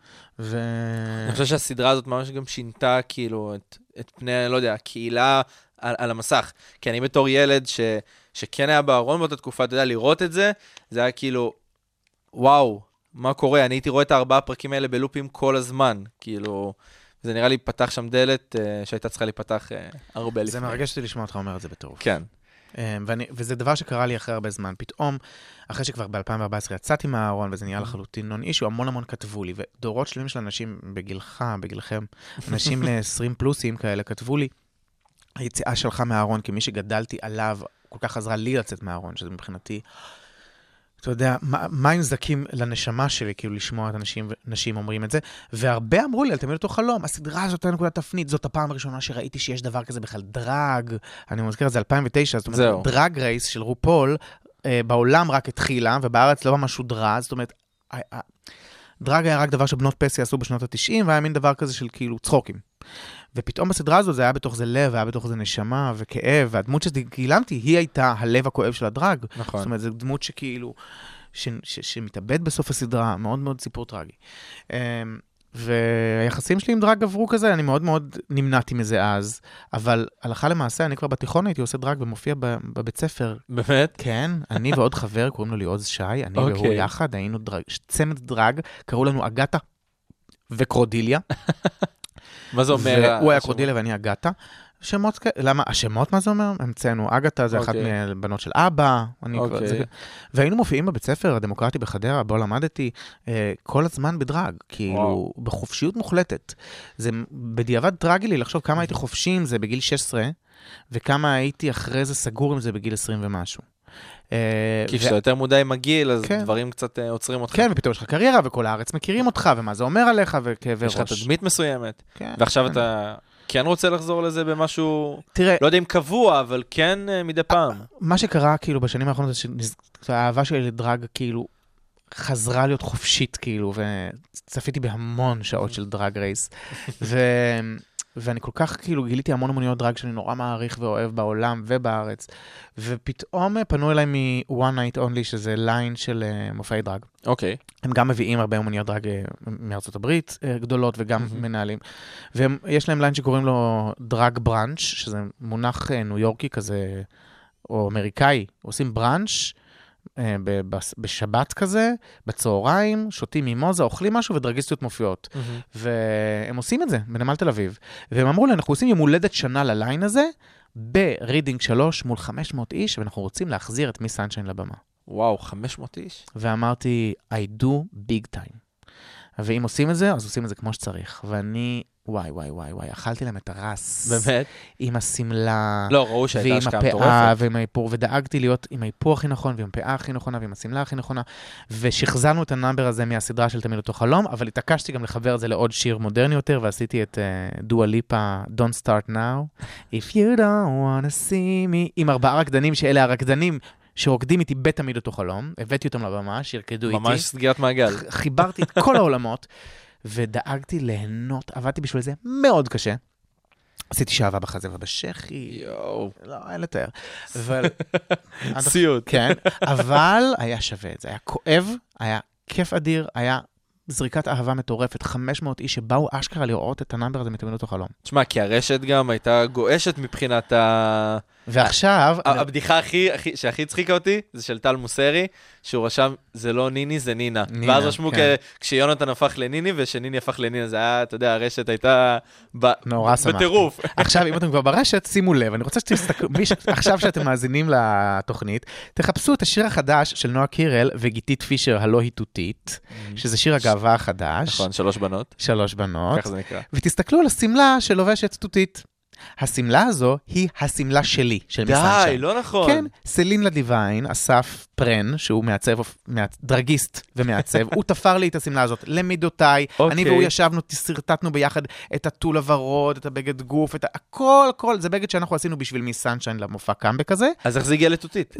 אני חושב שהסדרה הזאת ממש גם שינתה, כאילו, את פני, לא יודע, הקהילה על המסך. כי אני בתור ילד שכן היה בארון באותה תקופה, אתה יודע, לראות את זה, זה היה כאילו, וואו, מה קורה? אני הייתי רואה את 4 הפרקים האלה בלופים כל הזמן, כאילו, זה נראה לי פתח שם דלת שהייתה צריכה להיפתח הרבה לפני. זה מרגש אותי לשמוע אותך אומר את זה בטירוף. כן. וזה דבר שקרה לי אחרי הרבה זמן. פתאום, אחרי שכבר ב-2014 יצאתי מהארון, וזה נהיה לחלוטין נון אישו, המון כתבו לי, ודורות שלמים של אנשים בגילכם, אנשים ל-20 פלוסים כאלה, כתבו לי, היציאה שלך מהארון, כמי שגדלתי עליו, כל כך עזרה לי לצאת מהארון, שזה מבחינתי אתה יודע, מה הם זקים לנשמה שלי, כאילו לשמוע את אנשים אומרים את זה, והרבה אמרו לי, על תמיד אותו חלום, הסדרה הזאת הייתה נקודת תפנית, זאת הפעם הראשונה שראיתי שיש דבר כזה בכלל, דרג, אני מזכיר את זה 2009, זאת אומרת, דרג רייס של רופול, בעולם רק התחילה, ובארץ לא ממש שודרה, זאת אומרת, דרג היה רק דבר שבנות פסי עשו בשנות ה-90, והיה מין דבר כזה של כאילו צחוקים. ופתאום בסדרה הזו זה היה בתוך זה לב, היה בתוך זה נשמה וכאב, והדמות שגילמתי היא הייתה הלב הכואב של הדרג. נכון. זאת אומרת, זו דמות שכאילו, שמתאבד בסוף הסדרה, מאוד מאוד סיפור טרגי. והיחסים שלי עם דרג עברו כזה, אני מאוד מאוד נמנעתי מזה אז, אבל הלכה למעשה, אני כבר בתיכון הייתי עושה דרג ומופיע בבית ספר. באמת? כן, אני ועוד חבר, קוראים לו ליעוז שי, אני והוא יחד, היינו צמד דרג, קראו לנו אגתה וקרודיליה. מה זה אומר? הוא היה קרודיליה ואני אגתה. שמות, למה? השמות מה זה אומר? המצאנו, אגתה זה אחת מהבנות של אבא, והיינו מופיעים בבית ספר הדמוקרטי בחדרה, בו למדתי כל הזמן בדרג, כאילו בחופשיות מוחלטת. זה בדיעבד טרגי לי לחשוב כמה הייתי חופשי עם זה בגיל 16, וכמה הייתי אחרי זה סגור עם זה בגיל 20 ומשהו. כי כשאתה יותר מודע עם הגיל, אז דברים קצת עוצרים אותך. כן, ופתאום יש לך קריירה, וכל הארץ מכירים אותך, ומה זה אומר עליך, וכאבי ראש. יש לך תדמית מסוימת, ועכשיו אתה כן רוצה לחזור לזה במשהו, לא יודע אם קבוע, אבל כן מדי פעם. מה שקרה כאילו בשנים האחרונות, האהבה שלי לדרג כאילו חזרה להיות חופשית כאילו, וצפיתי בהמון שעות של דרג רייס, ואני כל כך כאילו גיליתי המון המוניות דרג שאני נורא מעריך ואוהב בעולם ובארץ, ופתאום פנו אליי מ-One Night Only, שזה ליין של מופעי דרג. אוקיי. הם גם מביאים הרבה המוניות דרג מארצות הברית גדולות וגם מנהלים. ויש להם ליין שקוראים לו דרג ברנץ', שזה מונח ניו יורקי כזה, או אמריקאי. עושים ברנץ' בשבת כזה, בצהריים, שותים מימוזה, אוכלים משהו ודרגיסטיות מופיעות. והם עושים את זה בנמל תל אביב. והם אמרו לי, אנחנו עושים יום הולדת שנה לליין הזה, ברידינג 3 מול 500 איש, ואנחנו רוצים להחזיר את מיס סנשיין לבמה. וואו, 500 איש? ואמרתי, I do big time. ואם עושים את זה, אז עושים את זה כמו שצריך. ואני וואי, וואי, וואי, וואי, אכלתי להם את הרס. באמת? עם הסמלה. לא, ראו שהייתה ועם השקעה הפאה, מטורפת. ועם האיפור, ודאגתי להיות עם האיפור הכי נכון, ועם הפאה הכי נכונה, ועם הסמלה הכי נכונה, ושחזרנו את הנאמבר הזה מהסדרה של תמיד אותו חלום, אבל התעקשתי גם לחבר את זה לעוד שיר מודרני יותר, ועשיתי את דואה ליפה, Don't Start Now, If you don't wanna see me, עם 4 רקדנים, שאלה הרקדנים שרוקדים איתי בתמיד אותו חלום, הבאתי אותם לבמה, שירקדו איתי. ממש סגירת מעגל. חיברתי את כל העולמות, ודאגתי ליהנות, עבדתי בשביל זה מאוד קשה. עשיתי שעבה בחזה ובשכי. יואו. לא, אין לתאר. אבל... סיוט. כן, אבל היה שווה את זה. היה כואב, היה כיף אדיר, היה זריקת אהבה מטורפת. 500 איש שבאו אשכרה לראות את הנאמבר הזה מתמיד אותו חלום. תשמע, כי הרשת גם הייתה גועשת מבחינת ה... ועכשיו... הבדיחה שהכי הצחיקה אותי, זה של טל מוסרי, שהוא רשם, זה לא ניני, זה נינה. ואז רשמו כשיונתן הפך לניני, ושניני הפך לנינה, זה היה, אתה יודע, הרשת הייתה בטירוף. עכשיו, אם אתם כבר ברשת, שימו לב, אני רוצה שתסתכלו, עכשיו שאתם מאזינים לתוכנית, תחפשו את השיר החדש של נועה קירל וגיתית פישר, הלא היא תותית, שזה שיר הגאווה החדש. נכון, 3 בנות. 3 בנות. ככה זה נקרא. ותסתכלו על הסמלה שלובשת תותית. הסמלה הזו היא הסמלה שלי, של מיסנצ'ה. די, לא נכון. כן, סלין לדיוויין, אסף פרן, שהוא מעצב, דרגיסט ומעצב, הוא תפר לי את הסמלה הזאת למידותיי, אני והוא ישבנו, סרטטנו ביחד את הטול הוורוד, את הבגד גוף, את הכל, זה בגד שאנחנו עשינו בשביל מיסנצ'יין למופע קאמבק הזה. אז איך זה הגיע לתותית?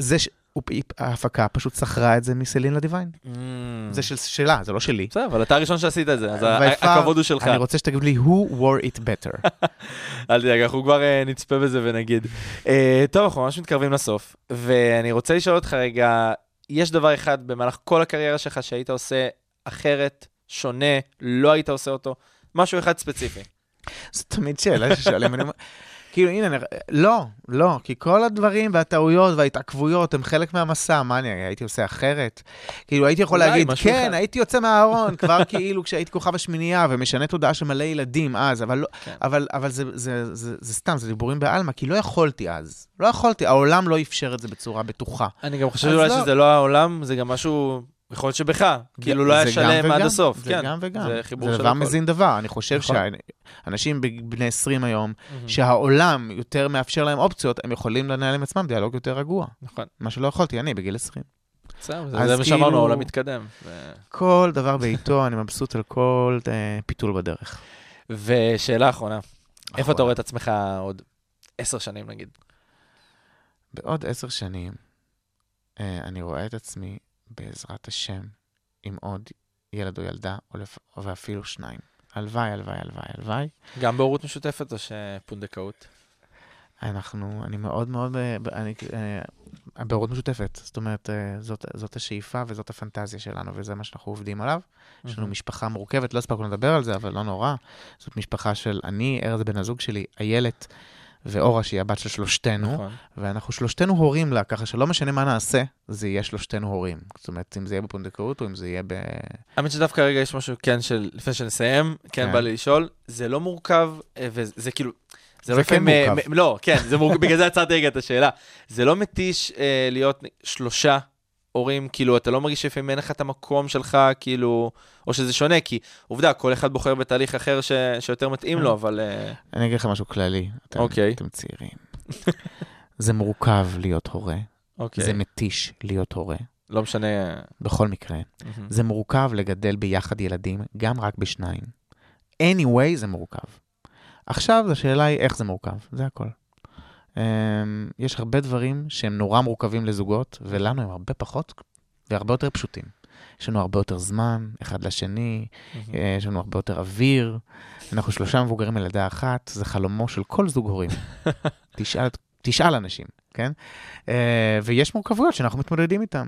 ההפקה פשוט שכרה את זה מסלין לדיוויין. זה שלה, זה לא שלי. בסדר, אבל אתה הראשון שעשית את זה, אז הכבוד הוא שלך. אני רוצה שתגיד לי, who wore it better? אל תדאג, אנחנו כבר נצפה בזה ונגיד. טוב, אנחנו ממש מתקרבים לסוף, ואני רוצה לשאול אותך רגע, יש דבר אחד במהלך כל הקריירה שלך שהיית עושה אחרת, שונה, לא היית עושה אותו, משהו אחד ספציפי. זו תמיד שאלה ששואלים, כאילו, הנה, לא, כי כל הדברים והטעויות וההתעכבויות הם חלק מהמסע, מה אני הייתי עושה אחרת? כאילו, הייתי יכול להגיד, כן, הייתי יוצא מהארון, כבר כאילו כשהייתי כוכב השמינייה, ומשנה תודעה של מלא ילדים אז, אבל זה סתם, זה דיבורים בעלמא, כי לא יכולתי אז. לא יכולתי, העולם לא אפשר את זה בצורה בטוחה. אני גם חושב אולי שזה לא העולם, זה גם משהו... יכול להיות שבך, כאילו לא היה שלם עד הסוף. זה גם וגם. זה דבר מזין דבר. אני חושב שאנשים בני 20 היום, שהעולם יותר מאפשר להם אופציות, הם יכולים לנהל עם עצמם דיאלוג יותר רגוע. נכון. מה שלא יכולתי, אני בגיל 20. זה מה שאמרנו, העולם מתקדם. כל דבר בעיתו, אני מבסוט על כל פיתול בדרך. ושאלה אחרונה, איפה אתה רואה את עצמך עוד 10 שנים נגיד? בעוד 10 שנים, אני רואה את עצמי בעזרת השם, עם עוד ילד או ילדה, ואפילו 2. הלוואי, הלוואי, הלוואי, הלוואי. גם בהורות משותפת או שפונדקאות? אני מאוד מאוד, בהורות משותפת. זאת אומרת, זאת השאיפה וזאת הפנטזיה שלנו, וזה מה שאנחנו עובדים עליו. יש לנו משפחה מורכבת, לא הספקנו לדבר על זה, אבל לא נורא. זאת משפחה של אני, ארז בן הזוג שלי, איילת, ואורה שהיא הבת של 3, ואנחנו 3 הורים לה, ככה שלא משנה מה נעשה, זה יהיה 3 הורים. זאת אומרת, אם זה יהיה בפונדקאות או אם זה יהיה האמת שדווקא רגע יש משהו, כן, לפני שנסיים, כן, בא לי לשאול, זה לא מורכב, וזה כאילו... זה כן מורכב. לא, כן, בגלל זה עצרתי רגע את השאלה. זה לא מתיש להיות 3 הורים, כאילו, אתה לא מרגיש שלפעמים אין לך את המקום שלך, כאילו, או שזה שונה, כי עובדה, כל אחד בוחר בתהליך אחר שיותר מתאים לו, אבל... אני אגיד לך משהו כללי, אתם צעירים. זה מורכב להיות הורה, זה מתיש להיות הורה. לא משנה... בכל מקרה. זה מורכב לגדל ביחד ילדים, גם רק ב2. anyway, זה מורכב. עכשיו, השאלה היא איך זה מורכב, זה הכל. יש הרבה דברים שהם נורא מורכבים לזוגות, ולנו הם הרבה פחות והרבה יותר פשוטים. יש לנו הרבה יותר זמן, אחד לשני, יש לנו הרבה יותר אוויר, אנחנו 3 מבוגרים ילדה אחת, זה חלומו של כל זוג הורים. תשאל אנשים, כן? ויש מורכבויות שאנחנו מתמודדים איתם,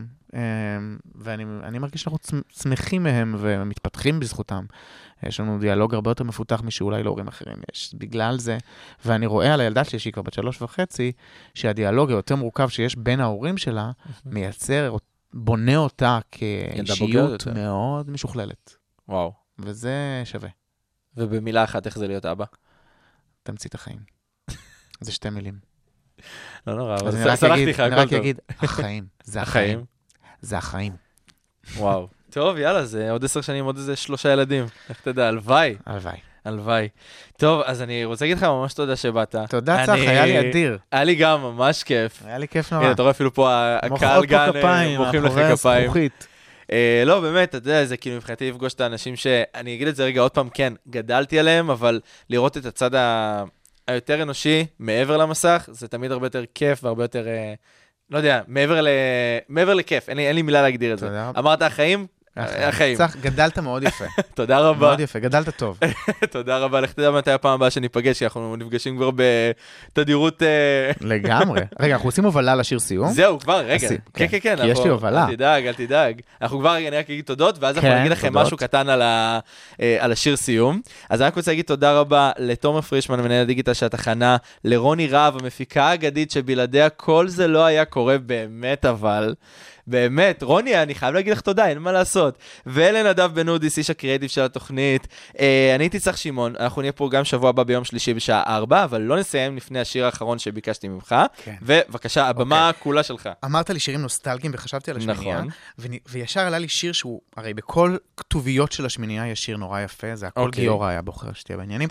ואני מרגיש שאנחנו שמחים מהם ומתפתחים בזכותם. יש לנו דיאלוג הרבה יותר מפותח משאולי להורים אחרים יש בגלל זה, ואני רואה על הילדה שלי שהיא כבר בת 3.5, שהדיאלוג היותר מורכב שיש בין ההורים שלה, מייצר, בונה אותה כאישיות מאוד משוכללת. וואו. וזה שווה. ובמילה אחת, איך זה להיות אבא? תמצית החיים. זה 2 מילים. לא נורא, אבל סלחתי לך, הכל טוב. אני רק אגיד, החיים. זה החיים. זה החיים. וואו. טוב, יאללה, זה עוד 10 שנים, עוד איזה 3 ילדים. איך תדע, הלוואי. הלוואי. הלוואי. טוב, אז אני רוצה להגיד לך ממש תודה שבאת. תודה צח, היה לי אדיר. היה לי גם ממש כיף. היה לי כיף נורא. הנה, אתה רואה אפילו פה הקהל גן, מוחאים לך כפיים. לא, באמת, אתה יודע, זה כאילו מבחינתי לפגוש את האנשים שאני אגיד את זה רגע עוד פעם, כן, גדלתי עליהם, אבל לראות את הצד היותר אנושי, מעבר למסך, זה תמיד הרבה יותר כיף והרבה יותר, לא יודע, מעבר לכיף, אין לי מילה להגדיר את זה. אמרת החיים? החיים. צח, גדלת מאוד יפה. תודה רבה. מאוד יפה, גדלת טוב. תודה רבה, לך תדע מתי הפעם הבאה שניפגש, כי אנחנו נפגשים כבר בתדירות... לגמרי. רגע, אנחנו עושים הובלה לשיר סיום? זהו, כבר, רגע. כן. כי יש לי הובלה. אל תדאג. אנחנו כבר, אני רק אגיד תודות, ואז אנחנו נגיד לכם משהו קטן על השיר סיום. אז אני רק רוצה להגיד תודה רבה לתומר פרישמן, מנהל הדיגיטל של התחנה, לרוני רהב, המפיקה האגדית, שבלעדיה כל זה לא היה קורה באמת, אבל... באמת, רוני, אני חייב להגיד לך תודה, אין מה לעשות. ולנדב בן אודיס, איש הקריאטיב של התוכנית. אני הייתי צח שמעון, אנחנו נהיה פה גם שבוע הבא ביום שלישי בשעה 4, אבל לא נסיים לפני השיר האחרון שביקשתי ממך. ובבקשה, הבמה כולה שלך. אמרת לי שירים נוסטלגיים וחשבתי על השמינייה, וישר עלה לי שיר שהוא, הרי בכל כתוביות של השמינייה יש שיר נורא יפה, זה הכל גיורא היה בוחר שתהיה בעניינים.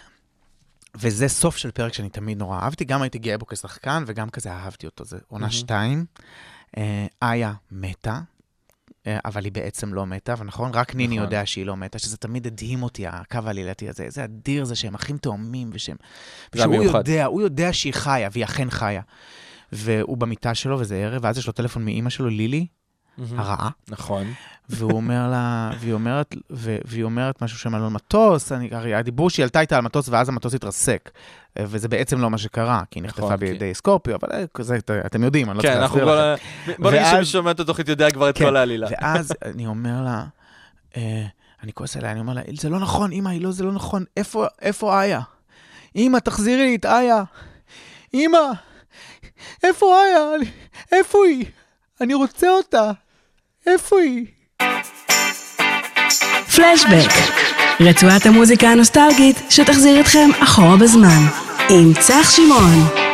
וזה סוף של פרק שאני תמיד נורא אהבתי, גם הייתי גאה בו כשחקן, וגם כזה אהבתי אותו. זה עונה 2. איה מתה, אבל היא בעצם לא מתה, ונכון, רק ניני יודע שהיא לא מתה, שזה תמיד הדהים אותי, הקו העלילתי הזה, איזה אדיר זה שהם אחים תאומים, הוא יודע שהיא חיה, והיא אכן חיה. והוא במיטה שלו, וזה ערב, ואז יש לו טלפון מאמא שלו, לילי, הרעה. נכון. והוא אומר לה, והיא אומרת משהו שם על מטוס, הרי הדיבור שהיא עלתה איתה על מטוס, ואז המטוס התרסק. וזה בעצם לא מה שקרה, כי היא נחטפה בידי סקורפיו, אבל אתם יודעים, אני לא צריך להסביר לכם. בוא נגיד שמי שומע את התוכנית יודע כבר את כל העלילה. ואז אני אומר לה, אני כועס עליה, אני אומר לה, זה לא נכון, אמא, זה לא נכון, איפה איה? אמא, תחזירי לי את איה. אמא, איפה איה? איפה היא? אני רוצה אותה. איפה היא? פלשבק, רצועת המוזיקה הנוסטלגית שתחזיר אתכם אחורה בזמן, עם צח שמעון.